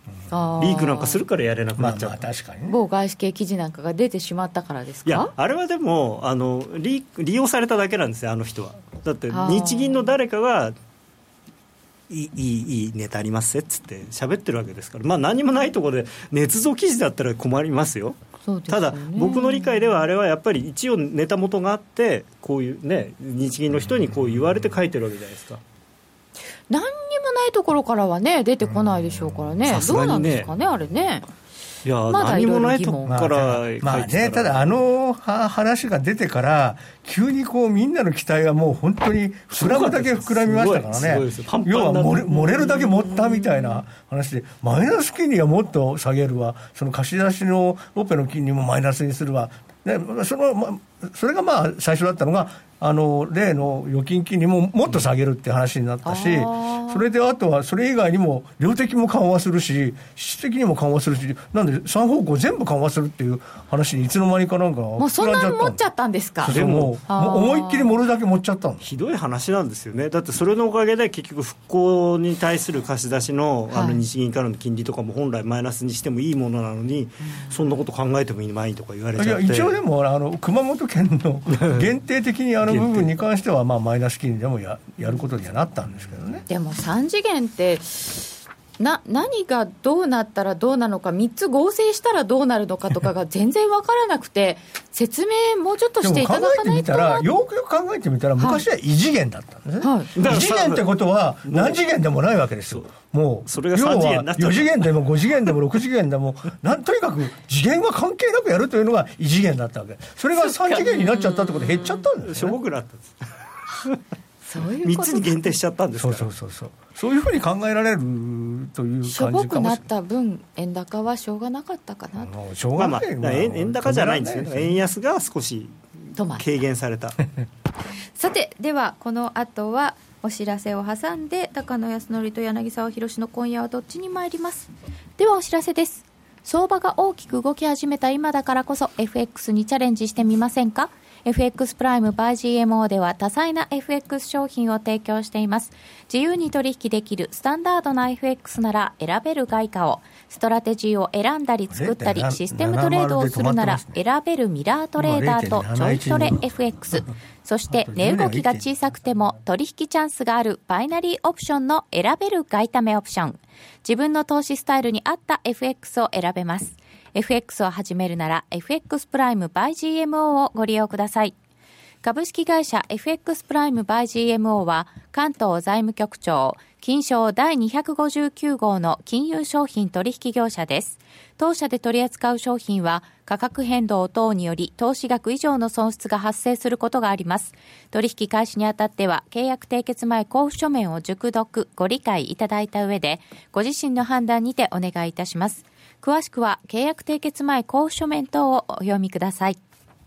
うん、リークなんかするからやれなくなっちゃう、まあまあ確かにね、 某外資系記事なんかが出てしまったからですか。 いやあれはでもあの 利, 利用されただけなんですよ、あの人は。だって日銀の誰かがいい, い, い, いいネタありますっつって喋ってるわけですから、まあ、何もないところで捏造記事だったら困りますよ。 そうですよね。 ただ僕の理解ではあれはやっぱり一応ネタ元があってこういうね日銀の人にこう言われて書いてるわけじゃないですか。 何にもないところからはね出てこないでしょうからね、どうなんですかねあれね。 いや、ま、何もないとこから書いてたら、 まあ、まあね、ただあの話が出てから急にこうみんなの期待はもう本当に膨らむだけ膨らみましたからね。要は漏れ、漏れるだけ盛ったみたいな話で、マイナス金利はもっと下げるわ、その貸し出しのオペの金利もマイナスにするわ、でそのまそれがまあ最初だったのがあの例の預金金利ももっと下げるって話になったし、それであとはそれ以外にも量的も緩和するし質的にも緩和するし、なんでさん方向全部緩和するっていう話にいつの間にかなんかもうそんなに持っちゃったんですか。 でも思いっきり盛るだけ持っちゃったの。 ひどい話なんですよね。だってそれのおかげで結局復興に対する貸し出し の, あの日銀からの金利とかも本来マイナスにしてもいいものなのに、うん、そんなこと考えてもいいまいとか言われちゃって。 いや一応でもあの熊本県の限定的にあの部分に関してはまあマイナス金利でも や, やることにはなったんですけどね。 でもさん次元ってな何がどうなったらどうなのか、みっつ合成したらどうなるのかとかが全然分からなくて説明もうちょっとしていただかないと。 でも考えてみたらよくよく考えてみたら昔は異次元だったんですね、はい、異次元ってことは何次元でもないわけですよ。もうそれがさん次元になっちゃう。 要はよ次元でもご次元でもろく次元でもなんとにかく次元は関係なくやるというのが異次元だったわけ。それがさん次元になっちゃったってことで減っちゃったんですね。 しょぼくなったんですそういうことみっつに限定しちゃったんですから。 そうそうそうそう、そういうふうに考えられるという感じかもしれない。 しょぼくなった分円高はしょうがなかったかなと。 しょうがない、 まあまあ、円, 円高じゃないんですよね。円安が少し軽減されたさてではこの後はお知らせを挟んで高野康則と柳沢博の今夜はどっちに参ります。ではお知らせです。相場が大きく動き始めた今だからこそ エフエックス にチャレンジしてみませんか。 エフエックス プライム by ジーエムオー では多彩な エフエックス 商品を提供しています。自由に取引できるスタンダードな エフエックス なら選べる外貨を、ストラテジーを選んだり作ったりシステムトレードをするなら選べるミラートレーダーとちょいトレ エフエックス、 そして値動きが小さくても取引チャンスがあるバイナリーオプションの選べる外為オプション。自分の投資スタイルに合った エフエックス を選べます。 エフエックス を始めるなら エフエックス プライム by ジーエムオー をご利用ください。株式会社 エフエックス プライム by ジーエムオー は関東財務局長金商だいにひゃくごじゅうきゅう号の金融商品取引業者です。当社で取り扱う商品は価格変動等により投資額以上の損失が発生することがあります。取引開始にあたっては契約締結前交付書面を熟読ご理解いただいた上でご自身の判断にてお願いいたします。詳しくは契約締結前交付書面等をお読みください。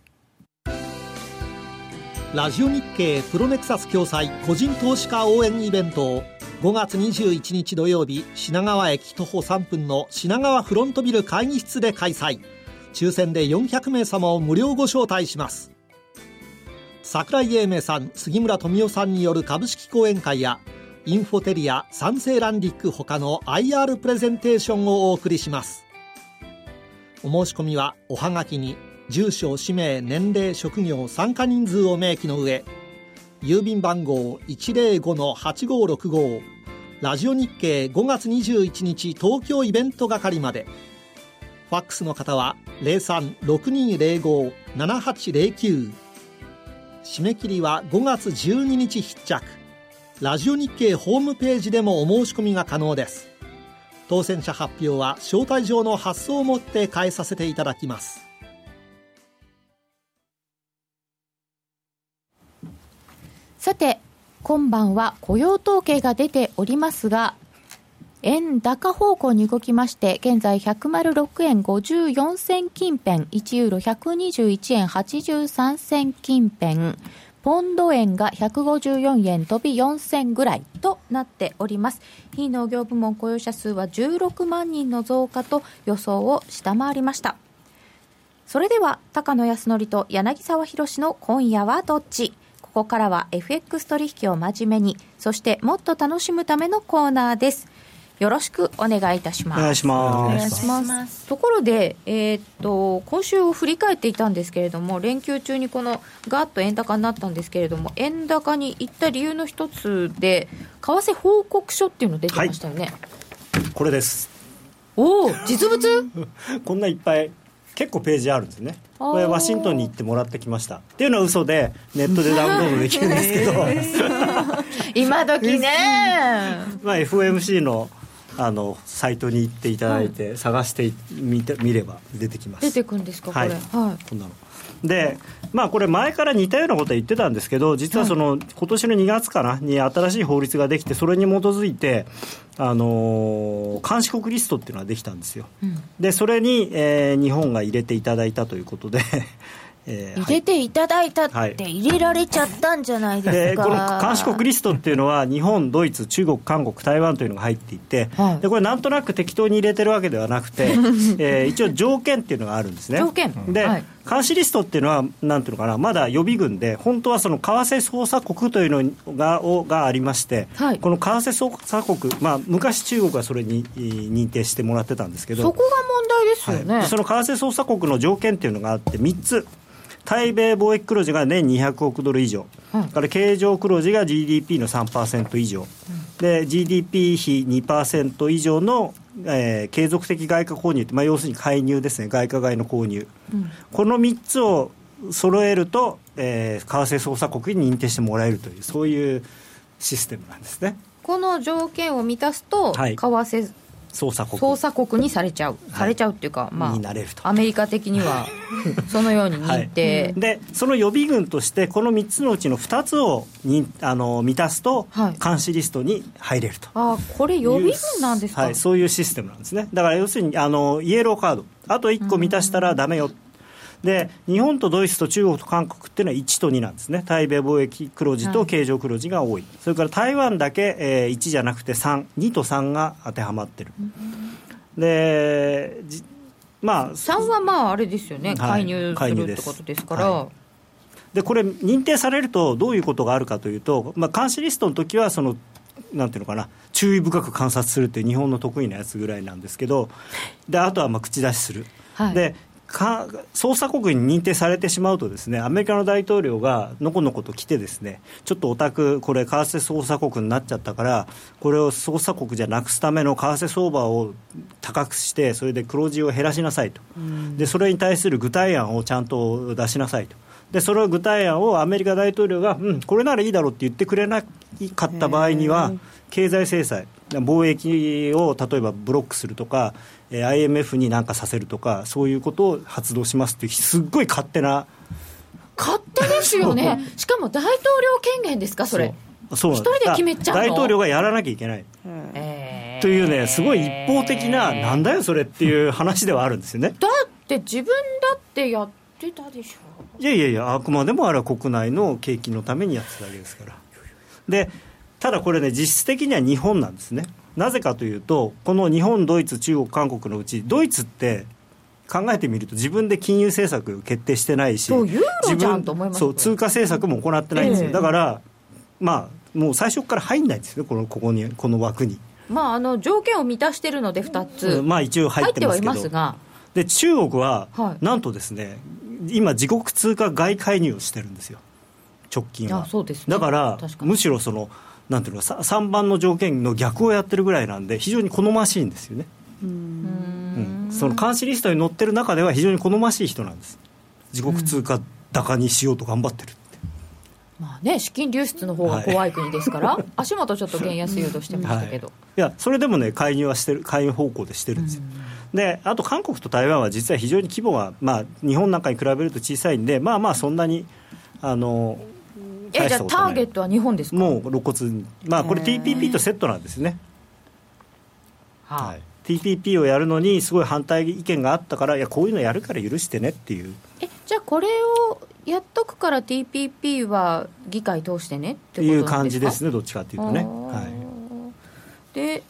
ラジオ日経プロネクサス共催個人投資家応援イベントをごがつにじゅういちにち土曜日、品川駅徒歩さんぷんの品川フロントビル会議室で開催。抽選でよんひゃくめい様を無料ご招待します。櫻井英明さん、杉村富夫さんによる株式講演会やインフォテリア、サンセーランディック他の アイアール プレゼンテーションをお送りします。お申し込みはおはがきに住所、氏名、年齢、職業、参加人数を明記の上、郵便番号 いちぜろごのはちごろくご ラジオ日経ごがつにじゅういちにち東京イベント係まで。ファックスの方は ゼロさん ろくにゼロご ななはちゼロきゅう。 締め切りはごがつじゅうににち必着。ラジオ日経ホームページでもお申し込みが可能です。当選者発表は招待状の発送をもって返させていただきます。 さて今晩は雇用統計が出ておりますが、円高方向に動きまして、現在ひゃくろくえんごじゅうよん銭近辺、いちユーロひゃくにじゅういちえんはちじゅうさん銭近辺、ポンド円がひゃくごじゅうよんえん飛びよん銭ぐらいとなっております。非農業部門雇用者数はじゅうろくまんにんの増加と予想を下回りました。それでは高野康則と柳沢博の今夜はどっち。ここからは エフエックス 取引を真面目に、そしてもっと楽しむためのコーナーです。 よろしくお願いいたします。 お願いします。 お願いします。ところで、えー、っと今週を振り返っていたんですけれども、連休中にこのガーッと円高になったんですけれども、円高にいった理由の一つで為替報告書っていうの出てましたよね、 はい、これです。 おお、実物こんないっぱい結構ページあるんですね。これワシントンに行ってもらってきましたっていうのは嘘で、ネットでダウンロードできるんですけど今時ねまあ エフオーエムシー のあのサイトに行っていただいて、はい、探してみてみれば出てきます。 出てくるんですか、これ。はい、はい、 こんなので、まあこれ前から似たようなことは言ってたんですけど、実はその、はい、今年のにがつかなに新しい法律ができて、それに基づいてあのー、監視国リストっていうのができたんですよ、うん、でそれに、えー、日本が入れていただいたということでえー、入れていただいたって入れられちゃったんじゃないですか、 はい、この監視国リストっていうのは日本、ドイツ、中国、韓国、台湾というのが入っていて、はい、でこれなんとなく適当に入れてるわけではなくて、えー、一応条件っていうのがあるんですね。 条件で、 はい、 監視リストっていうのはなんていうのかな、まだ予備軍で本当はその為替捜査国というのががありまして、はい、この為替捜査国、まあ、昔中国はそれに認定してもらってたんですけど、 そこが問題ですよね、 はい、その為替捜査国の条件っていうのがあってみっつ。対米貿易黒字が年にひゃくおくドル以上、うん、から経常黒字が ジーディーピー の さんパーセント 以上、うん、で ジーディーピー 比 にパーセント 以上の、えー、継続的外貨購入って、まあ、要するに介入ですね、外貨買いの購入、うん、このみっつを揃えると、えー、為替捜査国に認定してもらえるという、そういうシステムなんですね。 この条件を満たすと、はい、為替捜査国捜査国にされちゃう、はい、されちゃうっていうか、まあ、 になれるとアメリカ的にはそのように認定、 はい、でその予備軍としてこのみっつのうちのふたつをにあの満たすと、はい、監視リストに入れると。 あ、これ予備軍なんですか。 はい、そういうシステムなんですね。だから要するにあのイエローカードあといっこ満たしたらダメよ。で日本とドイツと中国と韓国っていうのはいちとになんですね。対米貿易黒字と経常黒字が多い、はい、それから台湾だけ、えー、いちじゃなくてさん、にとさんが当てはまってる、うん、でまあ、 さんはまああれですよね、介入するってことですから、はい、 でこれ認定されるとどういうことがあるかというと、まあ、監視リストの時はそのなんていうのかな、注意深く観察するっていう日本の得意なやつぐらいなんですけど、であとはまあ口出しする、はい、でか捜査国に認定されてしまうとですね、アメリカの大統領がのこのこと来てですね、ちょっとお宅これ為替捜査国になっちゃったからこれを捜査国じゃなくすための為替相場を高くして、それで黒字を減らしなさいと、でそれに対する具体案をちゃんと出しなさいと、でそれを具体案をアメリカ大統領が、うん、これならいいだろうって言ってくれなかった場合には経済制裁、貿易を例えばブロックするとか、アイエムエフ に何かさせるとか、そういうことを発動しますっていう、すっごい勝手な。 勝手ですよね。しかも大統領権限ですか、それ。 そう一人で決めちゃうの。 大統領がやらなきゃいけない、えー、というね、すごい一方的な、なんだよそれっていう話ではあるんですよね。 だって自分だってやってたでしょ。 いやいやいや、あくまでもあれは国内の景気のためにやってたわけですから。でただこれね、実質的には日本なんですね。なぜかというと、この日本、ドイツ、中国、韓国のうちドイツって考えてみると自分で金融政策決定してないし、 そうユーロじゃんと思います。 そう通貨政策も行ってないんですよ、えー、だからまあもう最初から入んないんですよ、このここにこの枠に。 まああの条件を満たしているのでふたつ、 うん、まあ一応入ってますけど、 入ってはいますが、 で中国は、はい、なんとですね、今自国通貨外介入をしてるんですよ、直近は。 あ、そうですね、 だからむしろそのなんていうのか、さんばんの条件の逆をやってるぐらいなんで非常に好ましいんですよね。うーん、うん、その監視リストに載ってる中では非常に好ましい人なんです。自国通貨高にしようと頑張ってるって、 うん、まあね、資金流出の方が怖い国ですから、はい、足元ちょっと原安誘導してましたけど、はい、いやそれでもね、介入はしてる、介入方向でしてるんですよ。であと韓国と台湾は実は非常に規模が、まあ、日本なんかに比べると小さいんで、まあまあそんなにあのえじゃあターゲットは日本ですか。 もう露骨に、まあ、これ ティーピーピー とセットなんですね、はい、ティーピーピー をやるのにすごい反対意見があったから、いやこういうのやるから許してねっていう。 えじゃあこれをやっとくから ティーピーピー は議会通してねってことなんですか。 いう感じですね、どっちかっていうとね、はい、 で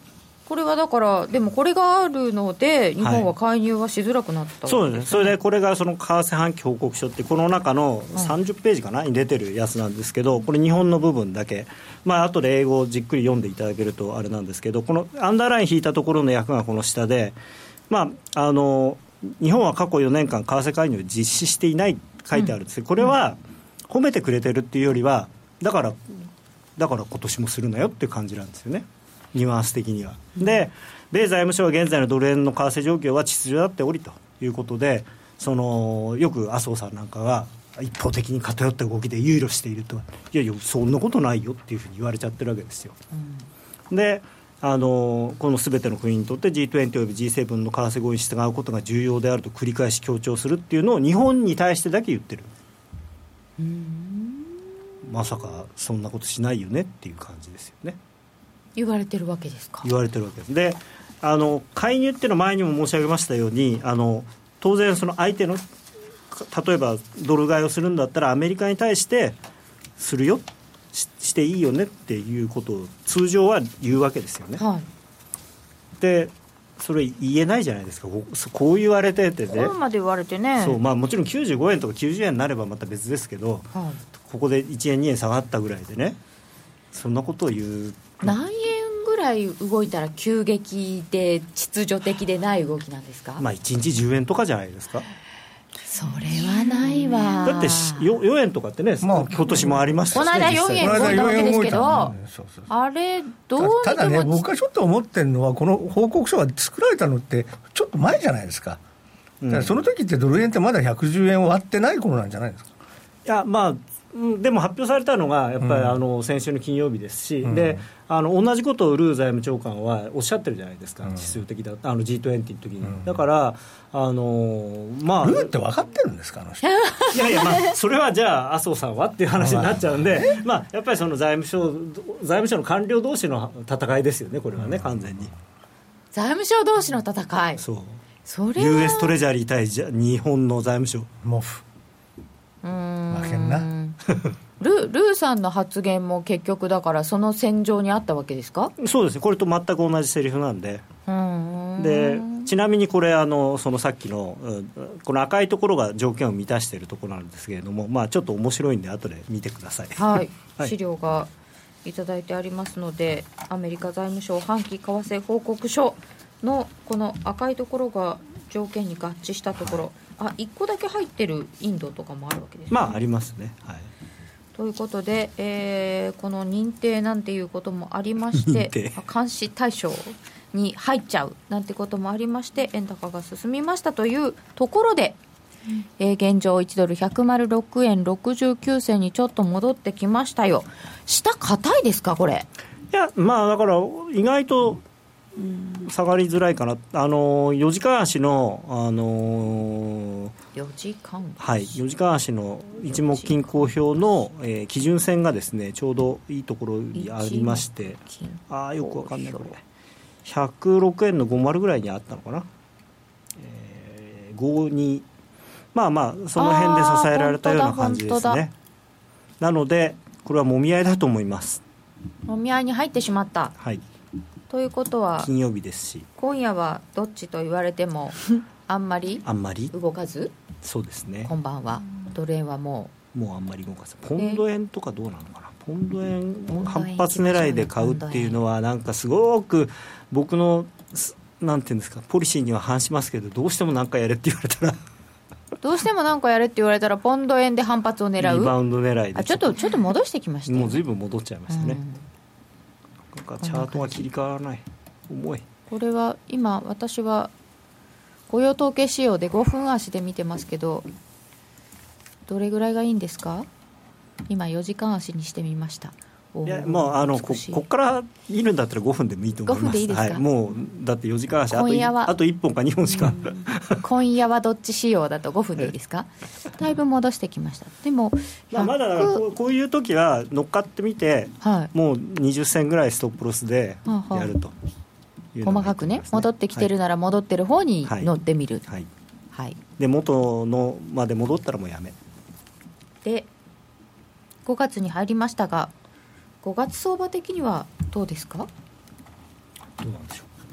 これはだからでもこれがあるので日本は介入はしづらくなったわけです、ね、 そうですね。それでこれがその為替半期報告書ってこの中のさんじゅっページかなに出てるやつなんですけど、これ日本の部分だけ、まあ後で英語をじっくり読んでいただけるとあれなんですけど、このアンダーライン引いたところの訳がこの下で、まああの日本は過去よねんかん為替介入を実施していない書いてあるんですけど、これは褒めてくれてるっていうよりはだからだから今年もするなよっていう感じなんですよね、ニュアンス的には。で米財務省は現在のドル円の為替状況は秩序だっておりということで、そのよく麻生さんなんかが一方的に偏った動きで憂慮していると、いやいやそんなことないよっていうふうに言われちゃってるわけですよ、うん、であのこのすべての国にとって ジートゥエンティー および ジーセブン の為替合意に従うことが重要であると繰り返し強調するっていうのを日本に対してだけ言ってる。うーん、まさかそんなことしないよねっていう感じですよね。 言われてるわけですか。 言われてるわけです。であの介入っていうのは前にも申し上げましたように、あの当然その相手の例えばドル買いをするんだったらアメリカに対してするよ し, していいよねっていうことを通常は言うわけですよね、はい、でそれ言えないじゃないですか。こ う, こう言われててね、 ここまで言われてね、 そう、まあ、もちろんきゅうじゅうごえんとかきゅうじゅうえんになればまた別ですけど、はい、ここでいちえんにえん下がったぐらいでね、そんなことを言う。 何円ぐらい動いたら急激で秩序的でない動きなんですか。 まあ、いちにちじゅうえんとかじゃないですか。 それはないわ。 だって よ, よえんとかってね、まあ、今年もありましたし、ね、 この間よえん動いたわけですけど、あれどうにでもた, ただね、僕はちょっと思ってるのは、この報告書が作られたのってちょっと前じゃないですか。だからその時ってドル円ってまだひゃくじゅうえんを割ってない頃なんじゃないですか。 いや、まあでも発表されたのがやっぱり、うん、あの先週の金曜日ですし、うん、であの同じことをルー財務長官はおっしゃってるじゃないですか、うん、秩序的だあの ジートゥエンティー の時に、うん、だからあの、まあ、 ルーって分かってるんですか、あの人。いやいや、まあ、それはじゃあ麻生さんはっていう話になっちゃうんで、まあ、やっぱりその財務省財務省の官僚同士の戦いですよね、これはね、完全に財務省同士の戦い。 そう、 それはユーエス トレジャリー対日本の財務省モフ、 うーん、 負けんなル, ルーさんの発言も結局だからその戦場にあったわけですか。 そうですね、これと全く同じセリフなんで、うんでちなみにこれあのそのさっきのこの赤いところが条件を満たしているところなんですけれども、まあ、ちょっと面白いんで後で見てください、 はいはい、資料がいただいてありますので、アメリカ財務省半期為替報告書のこの赤いところが条件に合致したところ、はい、あいっこだけ入ってるインドとかもあるわけですね。 まあありますね、はい。 ということで、えー、この認定なんていうこともありまして監視対象に入っちゃうなんてこともありまして円高が進みましたというところで、うんえー、現状いちドルひゃくろくえんろくじゅうきゅうせんにちょっと戻ってきましたよ。下硬いですかこれ。 いや、まあだから意外と下がりづらいかな。あのよじかん足の、あのー、 よじかんはい、よじかん足の一目均衡表の、えー、基準線がですねちょうどいいところにありまして、あよくわかんないこれひゃくろくえんのごじゅうぐらいにあったのかな、えー、ごじゅうに、まあまあその辺で支えられたような感じですね。なのでこれはもみ合いだと思います。 もみ合いに入ってしまった、 はい。 ということは金曜日ですし、 今夜はどっちと言われてもあんまりあんまり動かず。 そうですね。 今晩はドル円はもうもうあんまり動かず、ポンド円とかどうなのかな。ポンド円反発狙いで買うっていうのはなんかすごく僕のなんていうんですかポリシーには反しますけど、どうしてもなんかやれって言われたらどうしてもなんかやれって言われたらポンド円で反発を狙うリバウンド狙いであちょっとちょっと戻してきました、ね、 もうずいぶん戻っちゃいましたね、うん、なんかチャートが切り替わらない、重い。 これは今私は雇用統計仕様でごふん足で見てますけど、どれぐらいがいいんですか。今よじかん足にしてみました。 いやもうあの こ, こっから見るんだったらごふんでもいいと思います。 ごふんでいいですか、 はい、もうだってよじかん足あとあといっぽんかにほんしか今夜はどっち仕様だとごふんでいいですかだいぶ戻してきました。でも、 まあ、まだだからこ う, こういう時は乗っかってみて、はい、もうにじゅっせんぐらいストップロスでやるという、 細かくね戻ってきてるなら戻ってる方に乗ってみる、はいはいはい、で元のまで戻ったらもうやめでごがつに入りましたが、ごがつ相場的にはどうですか。 どうなんでしょ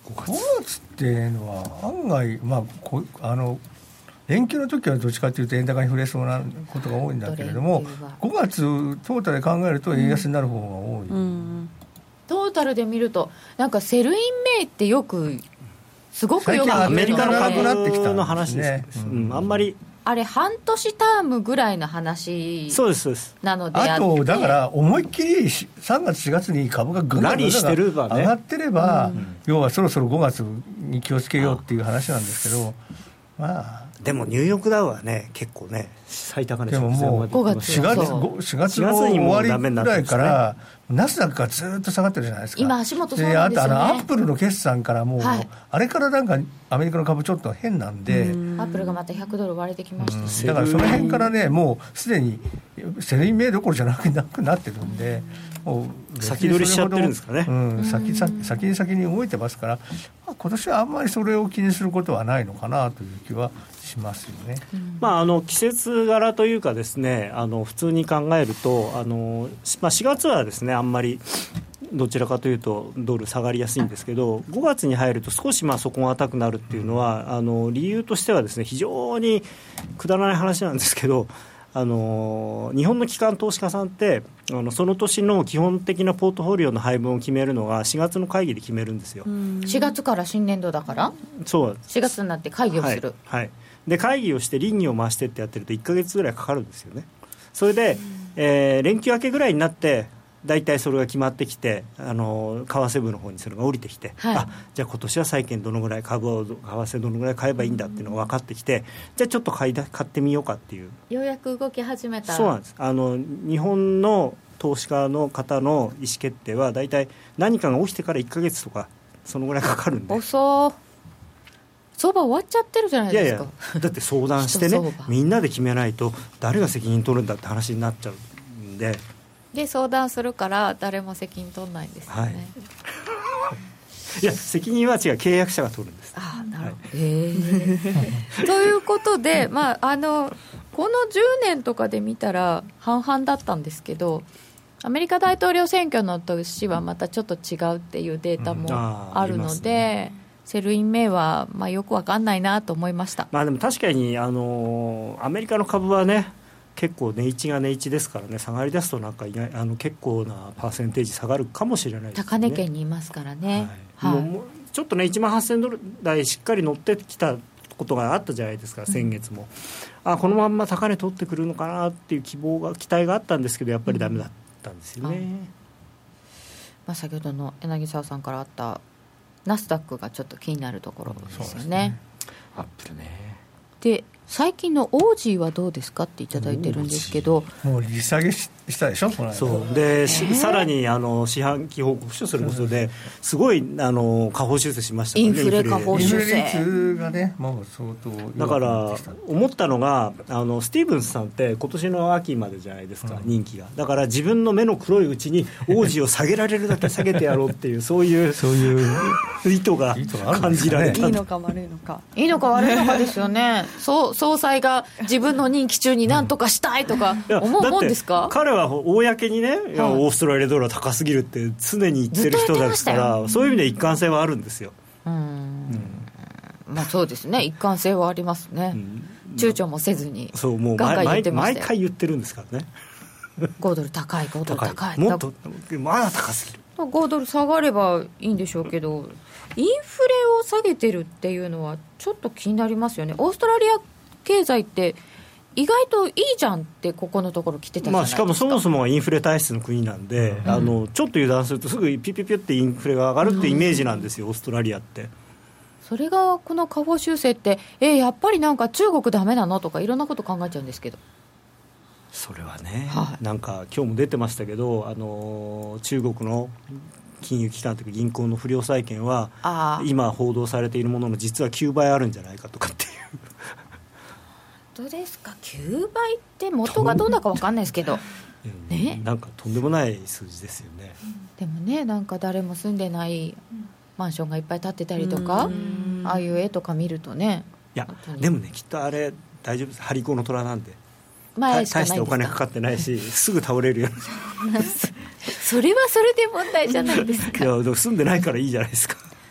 ごがつっていうのは案外、まあ、こあの連休の時はどっちかというと円高に触れそうなことが多いんだけれども、ごがつトータルで考えると円安になる方が多い、うんうん、 トータルで見るとなんかセルインメイってよくすごくよくアメリカの株の話ですね、うんうん、あんまりあれ半年タームぐらいの話なので、 あとだから思いっきりさんがつしがつに株がぐんぐん上がってれば、うん、要はそろそろごがつに気をつけようっていう話なんですけど、まあでもニューヨークダウはね結構ね最高値でももうごがつしがつの終わりぐらいからナスダックがずっと下がってるじゃないですか。 今足元そうなんですよね。 であとあのアップルの決算からもう、はい、あれからなんかアメリカの株ちょっと変なんで、 んアップルがまたひゃくドル割れてきましたし、 だからその辺からねもうすでにセルインメイどころじゃなくなってるんで、もう先取りしちゃってるんですかね、 うん、先, 先, 先に先に動いてますから、まあ、今年はあんまりそれを気にすることはないのかなという気はしますよね。 まあ、あの季節柄というかですね、あの普通に考えるとあの、まあ、しがつはですねあんまりどちらかというとドル下がりやすいんですけど、ごがつに入ると少しまあ底が高くなるっていうのは、あの理由としてはですね非常にくだらない話なんですけど、あの日本の機関投資家さんってあのその年の基本的なポートフォリオの配分を決めるのがしがつの会議で決めるんですよ。 しがつから新年度だからそうしがつになって会議をする、 はいはい、で会議をして倫理を回してってやってるといっかげつぐらいかかるんですよね。それで、えー、連休明けぐらいになってだいたいそれが決まってきて、あの為替部の方にそれが降りてきて、はい、あじゃあ今年は債券どのぐらい株を為替どのぐらい買えばいいんだっていうのが分かってきて、じゃあちょっと買いだ買ってみようかっていう、 ようやく動き始めた。 そうなんです。あの日本の投資家の方の意思決定はだいたい何かが起きてからいっかげつとかそのぐらいかかるんで、 遅相場終わっちゃってるじゃないですか。 いやいやだって相談してねみんなで決めないと誰が責任取るんだって話になっちゃうんで、 で相談するから誰も責任取らないんですよね、はい、 いや責任は違う契約者が取るんです。 あなるほど、はい、へーということで、まあ、あのこのじゅうねんとかで見たら半々だったんですけど、アメリカ大統領選挙の年はまたちょっと違うっていうデータもあるので、うんね、セルインメイは、まあ、よく分かんないなと思いました。 まあ、でも確かにあのアメリカの株はね結構値打ちが値打ちですからね、下がり出すとなんか意外あの結構なパーセンテージ下がるかもしれないですね。 高値圏にいますからね、 はいはい、もうちょっとねいちまんはっせんドル台しっかり乗ってきたことがあったじゃないですか先月も、うん、あこのまんま高値取ってくるのかなっていう希望が期待があったんですけどやっぱりダメだったんですよね、うんまあ、先ほどの柳沢さんからあったナスダックがちょっと気になるところですよね。 アップルね。 で最近のオージーはどうですかっていただいてるんですけど、 もう利下げしたでしょこの間。 そうで、えー、さらにあの四半期報告書することですごいあの下方修正しましたからね。 インフレ下方修正インフレ率がねもう相当だから思ったのがあのスティーブンスさんって今年の秋までじゃないですか、うん、任期が。だから自分の目の黒いうちにオージーを下げられるだけ下げてやろうっていうそういうそういう意図が感じられた、 いいのか悪いのかいいのか悪いのかですよねそう総裁が自分の任期中に何とかしたいとか思うもんですか。 彼は公にね、いやオーストラリアドルは高すぎるって常に言ってる人ですから、そういう意味で一貫性はあるんですよ。うん、 うん、まあそうですね、一貫性はありますね、うん、躊躇もせずにそうもうガンガン言ってましたよ。 毎回言ってるんですからねごドル高いごドル高いもっとまだ高すぎる。 ごドル下がればいいんでしょうけどインフレを下げてるっていうのはちょっと気になりますよね。オーストラリア経済って意外といいじゃんってここのところ来てたじゃないですか。 まあ、しかもそもそもはインフレ体質の国なんで、うん、あのちょっと油断するとすぐピュピュピュってインフレが上がるってイメージなんですよ、うん、オーストラリアって。 それがこの下方修正ってえー、やっぱりなんか中国ダメなのとかいろんなこと考えちゃうんですけど。 それはね、はい、なんか今日も出てましたけど、あの中国の金融機関というか銀行の不良債権は今報道されているものの実はきゅうばいあるんじゃないかとかっていう本当ですか。きゅうばいって元がどうだか分かんないですけどね、なんかとんでもない数字ですよね。 でもね、なんか誰も住んでないマンションがいっぱい建ってたりとか、ああいう絵とか見るとね。 いやでもねきっとあれ大丈夫です。張り子の虎なんで前しかないんですか。 大してお金かかってないしすぐ倒れるよそれはそれで問題じゃないですか。 いやでも住んでないからいいじゃないですか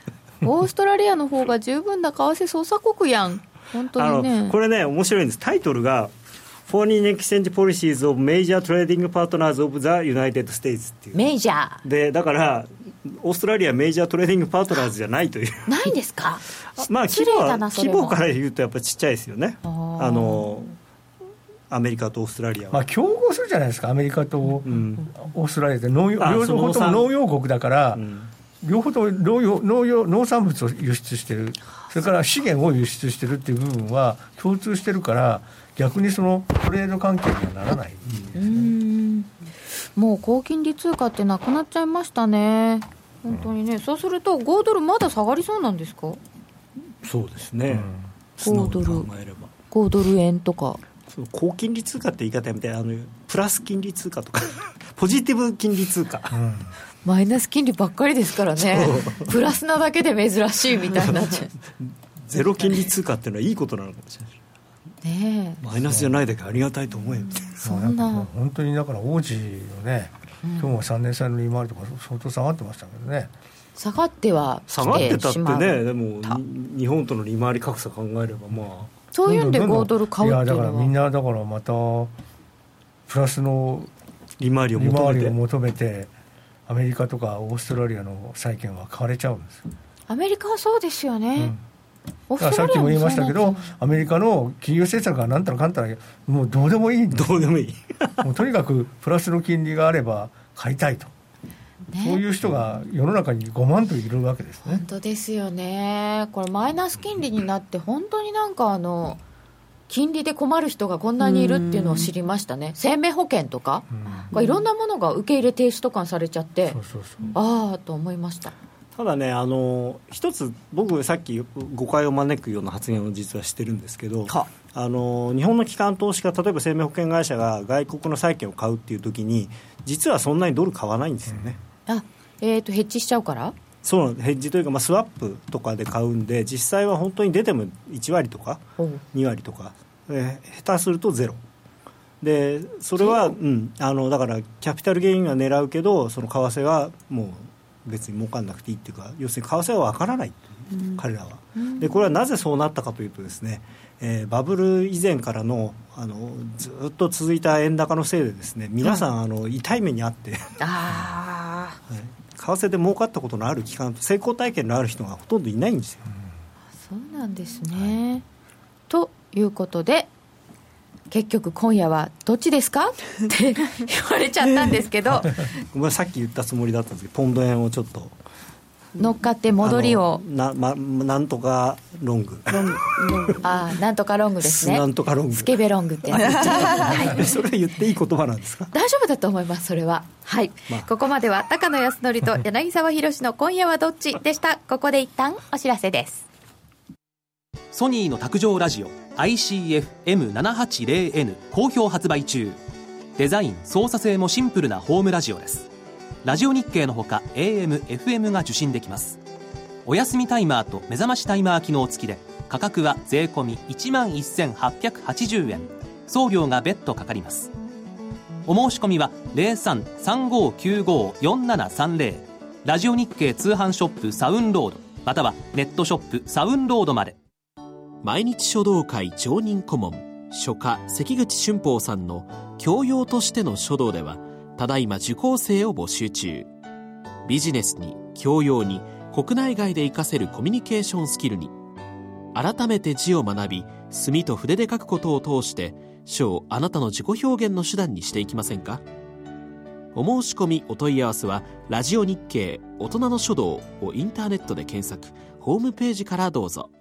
オーストラリアの方が十分な為替操作国やん本当にね。 あのこれね面白いんです。タイトルが Foreign Exchange Policies of Major Trading Partners of the United States っていうメジャーで、だからオーストラリアメジャートレーディングパートナーズじゃないというないんですかまあ規模は規模から言言うとやっぱりちっちゃいですよね。あのアメリカとオーストラリアは、 まあ、競合するじゃないですか。アメリカとオーストラリアって農業両方とも農業国だから、うん、両方とも農業農業農産物を輸出してる、それから資源を輸出してるっていう部分は共通してるから、逆にそのトレード関係にはならないですね。うーん、 もう高金利通貨ってなくなっちゃいましたね本当にね、うん、そうするとごドルまだ下がりそうなんですか。 そうですね、 うん、ごドルごドル円とか高金利通貨って言い方やめて、あのプラス金利通貨とかポジティブ金利通貨、うん、 マイナス金利ばっかりですからねプラスなだけで珍しいみたいになっちゃうゼロ金利通貨っていうのはいいことなのかもしれないね、 マイナスじゃないだけありがたいと思えみたいな。 そんな本当にだから王子のね、うん、今日もさんねん債の利回りとか相当下がってましたけどね。 下がっては下がってたってね、でも日本との利回り格差考えればまあそういうんでごドル買うっていうのは、 いやだからみんなだからまたプラスの利回りを求めて、 利回りを求めてアメリカとかオーストラリアの債券は買われちゃうんです。 アメリカはそうですよね、うんさっきも言いましたけど、アメリカの金融政策がなんたらかんたらもうどうでもいいんです。 どうでもいいもうとにかくプラスの金利があれば買いたいと、ね、そういう人が世の中にごまんといるわけですね。 本当ですよね。これマイナス金利になって本当になんかあの金利で困る人がこんなにいるっていうのを知りましたね。生命保険とかいろんなものが受け入れ停止とかされちゃって、そうそうそう、ああと思いました。 ただね、あの一つ僕さっき誤解を招くような発言を実はしてるんですけど、あの日本の機関投資家、例えば生命保険会社が外国の債券を買うっていう時に実はそんなにドル買わないんですよね、 うん、あ、えーとヘッジしちゃうから。 そうなんです。ヘッジというか、まあ、スワップとかで買うんで、実際は本当に出てもいち割とかに割とか、えー、下手するとゼロで、それは、うん、あのだからキャピタルゲインは狙うけど、その為替はもう別に儲かんなくていいっていうか、要するに為替は分からない、うん、彼らは、うん、でこれはなぜそうなったかというとですね、えー、バブル以前からの、あのずっと続いた円高のせいでですね、皆さん、うん、あの痛い目にあってあ、はい、為替で儲かったことのある機関、成功体験のある人がほとんどいないんですよ、 うん、そうなんですね、はい、ということで結局今夜はどっちですかって言われちゃったんですけどさっき言ったつもりだったんですけど、ポンド円をちょっと乗っかって戻りをな,、ま、なんとかロングロングあなんとかロングですね。 なんとかロング、 スケベロングってやつ、はい、それ言っていい言葉なんですか。 大丈夫だと思います。それははい、まあ、ここまでは高野康則と柳沢博の今夜はどっちでした。ここで一旦お知らせです。 ソニーの卓上ラジオ アイシーエフエムななはちゼロエヌ 好評発売中。デザイン操作性もシンプルなホームラジオです。ラジオ日経のほか エーエム、エフエム が受信できます。お休みタイマーと目覚ましタイマー機能付きで価格は税込み いちまんせんはっぴゃくはちじゅうえん、送料が別途かかります。お申し込みは ゼロさん さんごきゅうご よんななさんゼロ ラジオ日経通販ショップサウンロードまたはネットショップサウンロードまで。 毎日書道会常任顧問書家関口俊宝さんの教養としての書道ではただいま受講生を募集中。ビジネスに教養に国内外で活かせるコミュニケーションスキルに改めて字を学び、墨と筆で書くことを通して書をあなたの自己表現の手段にしていきませんか。お申し込みお問い合わせはラジオ日経大人の書道をインターネットで検索、ホームページからどうぞ。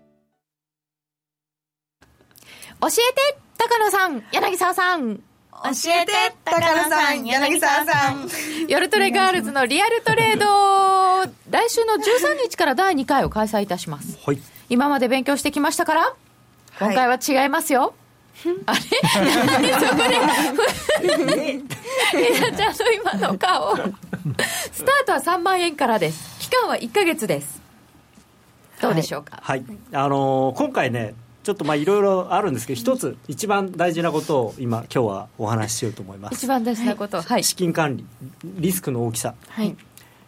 教えて高野さん、柳沢さん。 教えて高野さん、柳沢さん。 夜トレガールズのリアルトレード、来週のじゅうさんにちからだいにかいを開催いたします、はい、今まで勉強してきましたから今回は違いますよ、はい、あれそこでひなちゃんの今の顔スタートはさんまんえんからです。期間はいっかげつです。どうでしょうか。 はい、はい、あのー、今回ねちょっとまあいろいろあるんですけど、一つ一番大事なことを今今日はお話ししようと思います。 一番大事なこと、はい、 資金管理、リスクの大きさ、はい、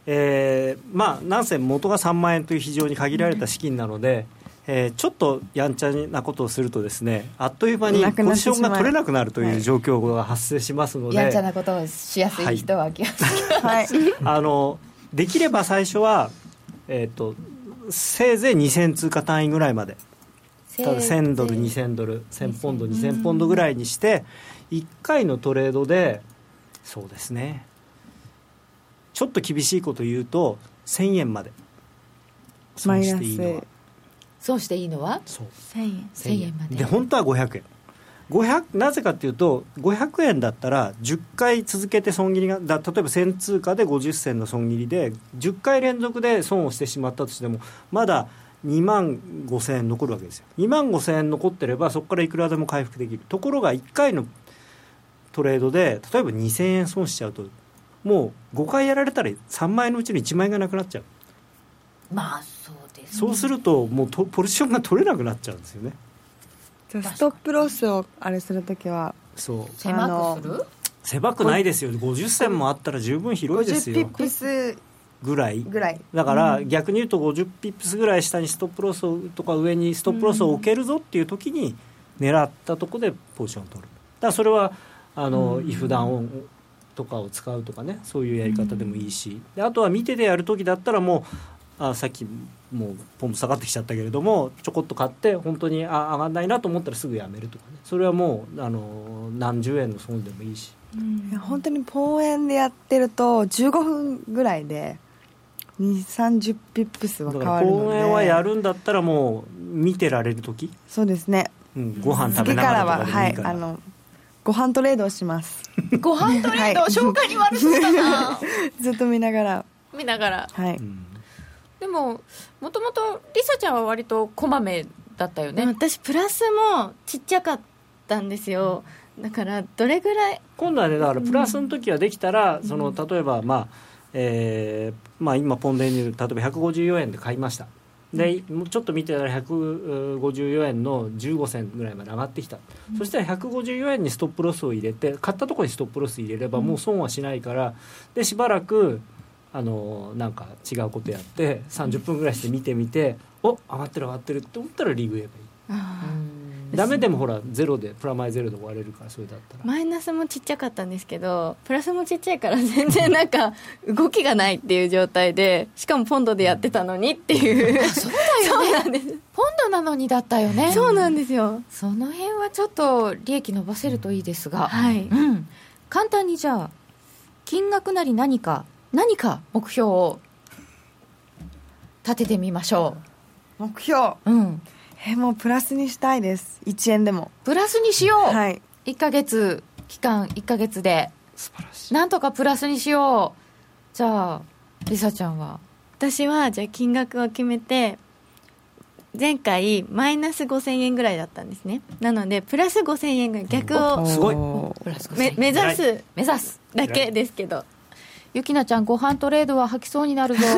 えーまあ、なんせ元がさんまんえんという非常に限られた資金なので、えー、ちょっとやんちゃなことをするとですね、あっという間にポジションが取れなくなるという状況が発生しますので、 やんちゃなことをしやすい人は気をつけはい、あのできれば最初は、えー、とせいぜいにせん通貨単位ぐらいまで、ただせんドルにせんドルせんポンドにせんポンドぐらいにしていっかいのトレードで、そうですね、ちょっと厳しいこと言うとせんえんまで損していいのは損していいのはそうせんえんせんえんまでで、本当はごひゃくえんごひゃく、なぜかっていうとごひゃくえんだったらじゅっかい続けて損切りがだ、例えばせん通貨でごじゅっ銭の損切りでじゅっかい連続で損をしてしまったとしてもまだにまんごせんえん残るわけですよ。にまんごせんえん残ってればそこからいくらでも回復できる。ところがいっかいのトレードで例えばにせんえん損しちゃうと、もうごかいやられたらさんまんえんのうちのいちまんえんがなくなっちゃう。 まあそうですね。 そうするともうとポジションが取れなくなっちゃうんですよね。 じゃあストップロスをあれするときはそう狭くする？ 狭くないですよ。ごじゅっ銭もあったら十分広いですよ。 ごじゅうピップスぐらいぐらいだから、うん、逆に言うとごじゅうピップスぐらい下にストップロスとか上にストップロスを置けるぞっていう時に狙ったとこでポジションを取る。だからそれはあの、うん、イフダウンとかを使うとかね、そういうやり方でもいいし、であとは見てでやる時だったらもうあさっきもうポンプ下がってきちゃったけれどもちょこっと買って本当にあ上がんないなと思ったらすぐやめるとかね、それはもうあの何十円の損でもいいし、 うん、いや本当にポン円でやってるとじゅうごふんぐらいでにじゅう、さんじゅうピップスは変わるので、 ポン円はやるんだったらもう見てられる時、 そうですね、 うん、ご飯食べながらとかでもいいから、 はい、あのご飯トレードをしますご飯トレード、はい、消化に悪そうだなずっと見ながら見ながら、 はい、 うん、 でももともとリサちゃんは割とこまめだったよね。 私プラスもちっちゃかったんですよ。だからどれぐらい今度はね、だからプラスの時はできたら、うん、その例えばまあ、えーまあ、今ポンデに例えばひゃくごじゅうよんえんで買いました。でちょっと見てたらひゃくごじゅうよえんのじゅうご銭ぐらいまで上がってきた、うん、そしたらひゃくごじゅうよえんにストップロスを入れて買ったところにストップロス入れればもう損はしないから、でしばらくあのなんか違うことやってさんじゅっぷんぐらいして見てみて、お上がってる上がってるって思ったらリーグ言えばいい。あダメでもほらゼロでプラマイゼロで終われるから、それだったらマイナスもちっちゃかったんですけどプラスもちっちゃいから全然なんか動きがないっていう状態で、しかもポンドでやってたのにっていう、 そうだよね、そうなんです、ポンドなのにだったよね。 そうなんですよ。 その辺はちょっと利益伸ばせるといいですが、 はい、 うん、簡単にじゃあ金額なり何か何か目標を立ててみましょう。目標、 うんえもうプラスにしたいです。いちえんでもプラスにしよう、 はい、 いっかげつ期間いっかげつで素晴らしい、 なんとかプラスにしよう。じゃあリサちゃんは？ 私はじゃあ金額を決めて、前回マイナスごせんえんぐらいだったんですね。なのでプラスごせんえんぐらい、逆をすごいプラスごせんえん目指す目指すだけですけど、 ゆきなちゃんご飯トレードは吐きそうになるぞ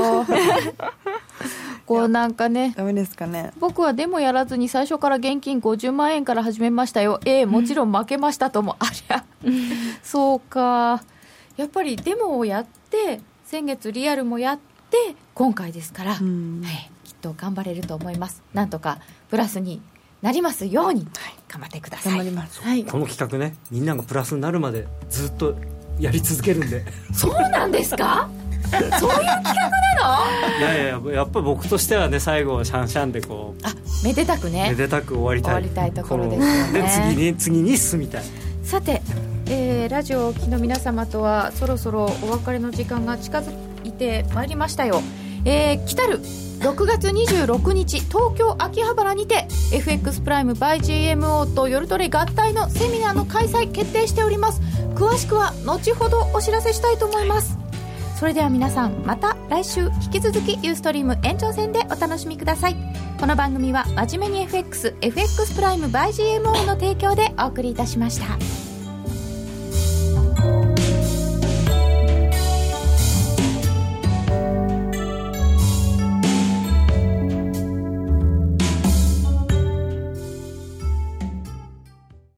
こうなんかね、 ダメですかね。 僕はデモやらずに最初から現金ごじゅうまんえんから始めましたよ。ええ、もちろん負けましたとも、ありゃそうか、やっぱりデモをやって先月リアルもやって今回ですから、はい、きっと頑張れると思います。なんとかプラスになりますように頑張ってください。 頑張ります、 はい、 この企画ね、みんながプラスになるまでずっとやり続けるんでそうなんですかそういう企画なの？ いやいや、やっぱり僕としてはね、最後はシャンシャンでこう、 あ、めでたくね、 めでたく終わりたい、 終わりたいところですよね。 で次に次に進みたい。 さて、えー、ラジオをお聞きの皆様とはそろそろお別れの時間が近づいてまいりましたよ。えー、来たるろくがつにじゅうろくにち東京秋葉原にて エフエックス プライム by ジーエムオー と夜トレ合体のセミナーの開催決定しております。詳しくは後ほどお知らせしたいと思います。それでは皆さん、また来週引き続きユーストリーム延長戦でお楽しみください。この番組は真面目に エフエックス エフエックス プライム by ジーエムオー の提供でお送りいたしました。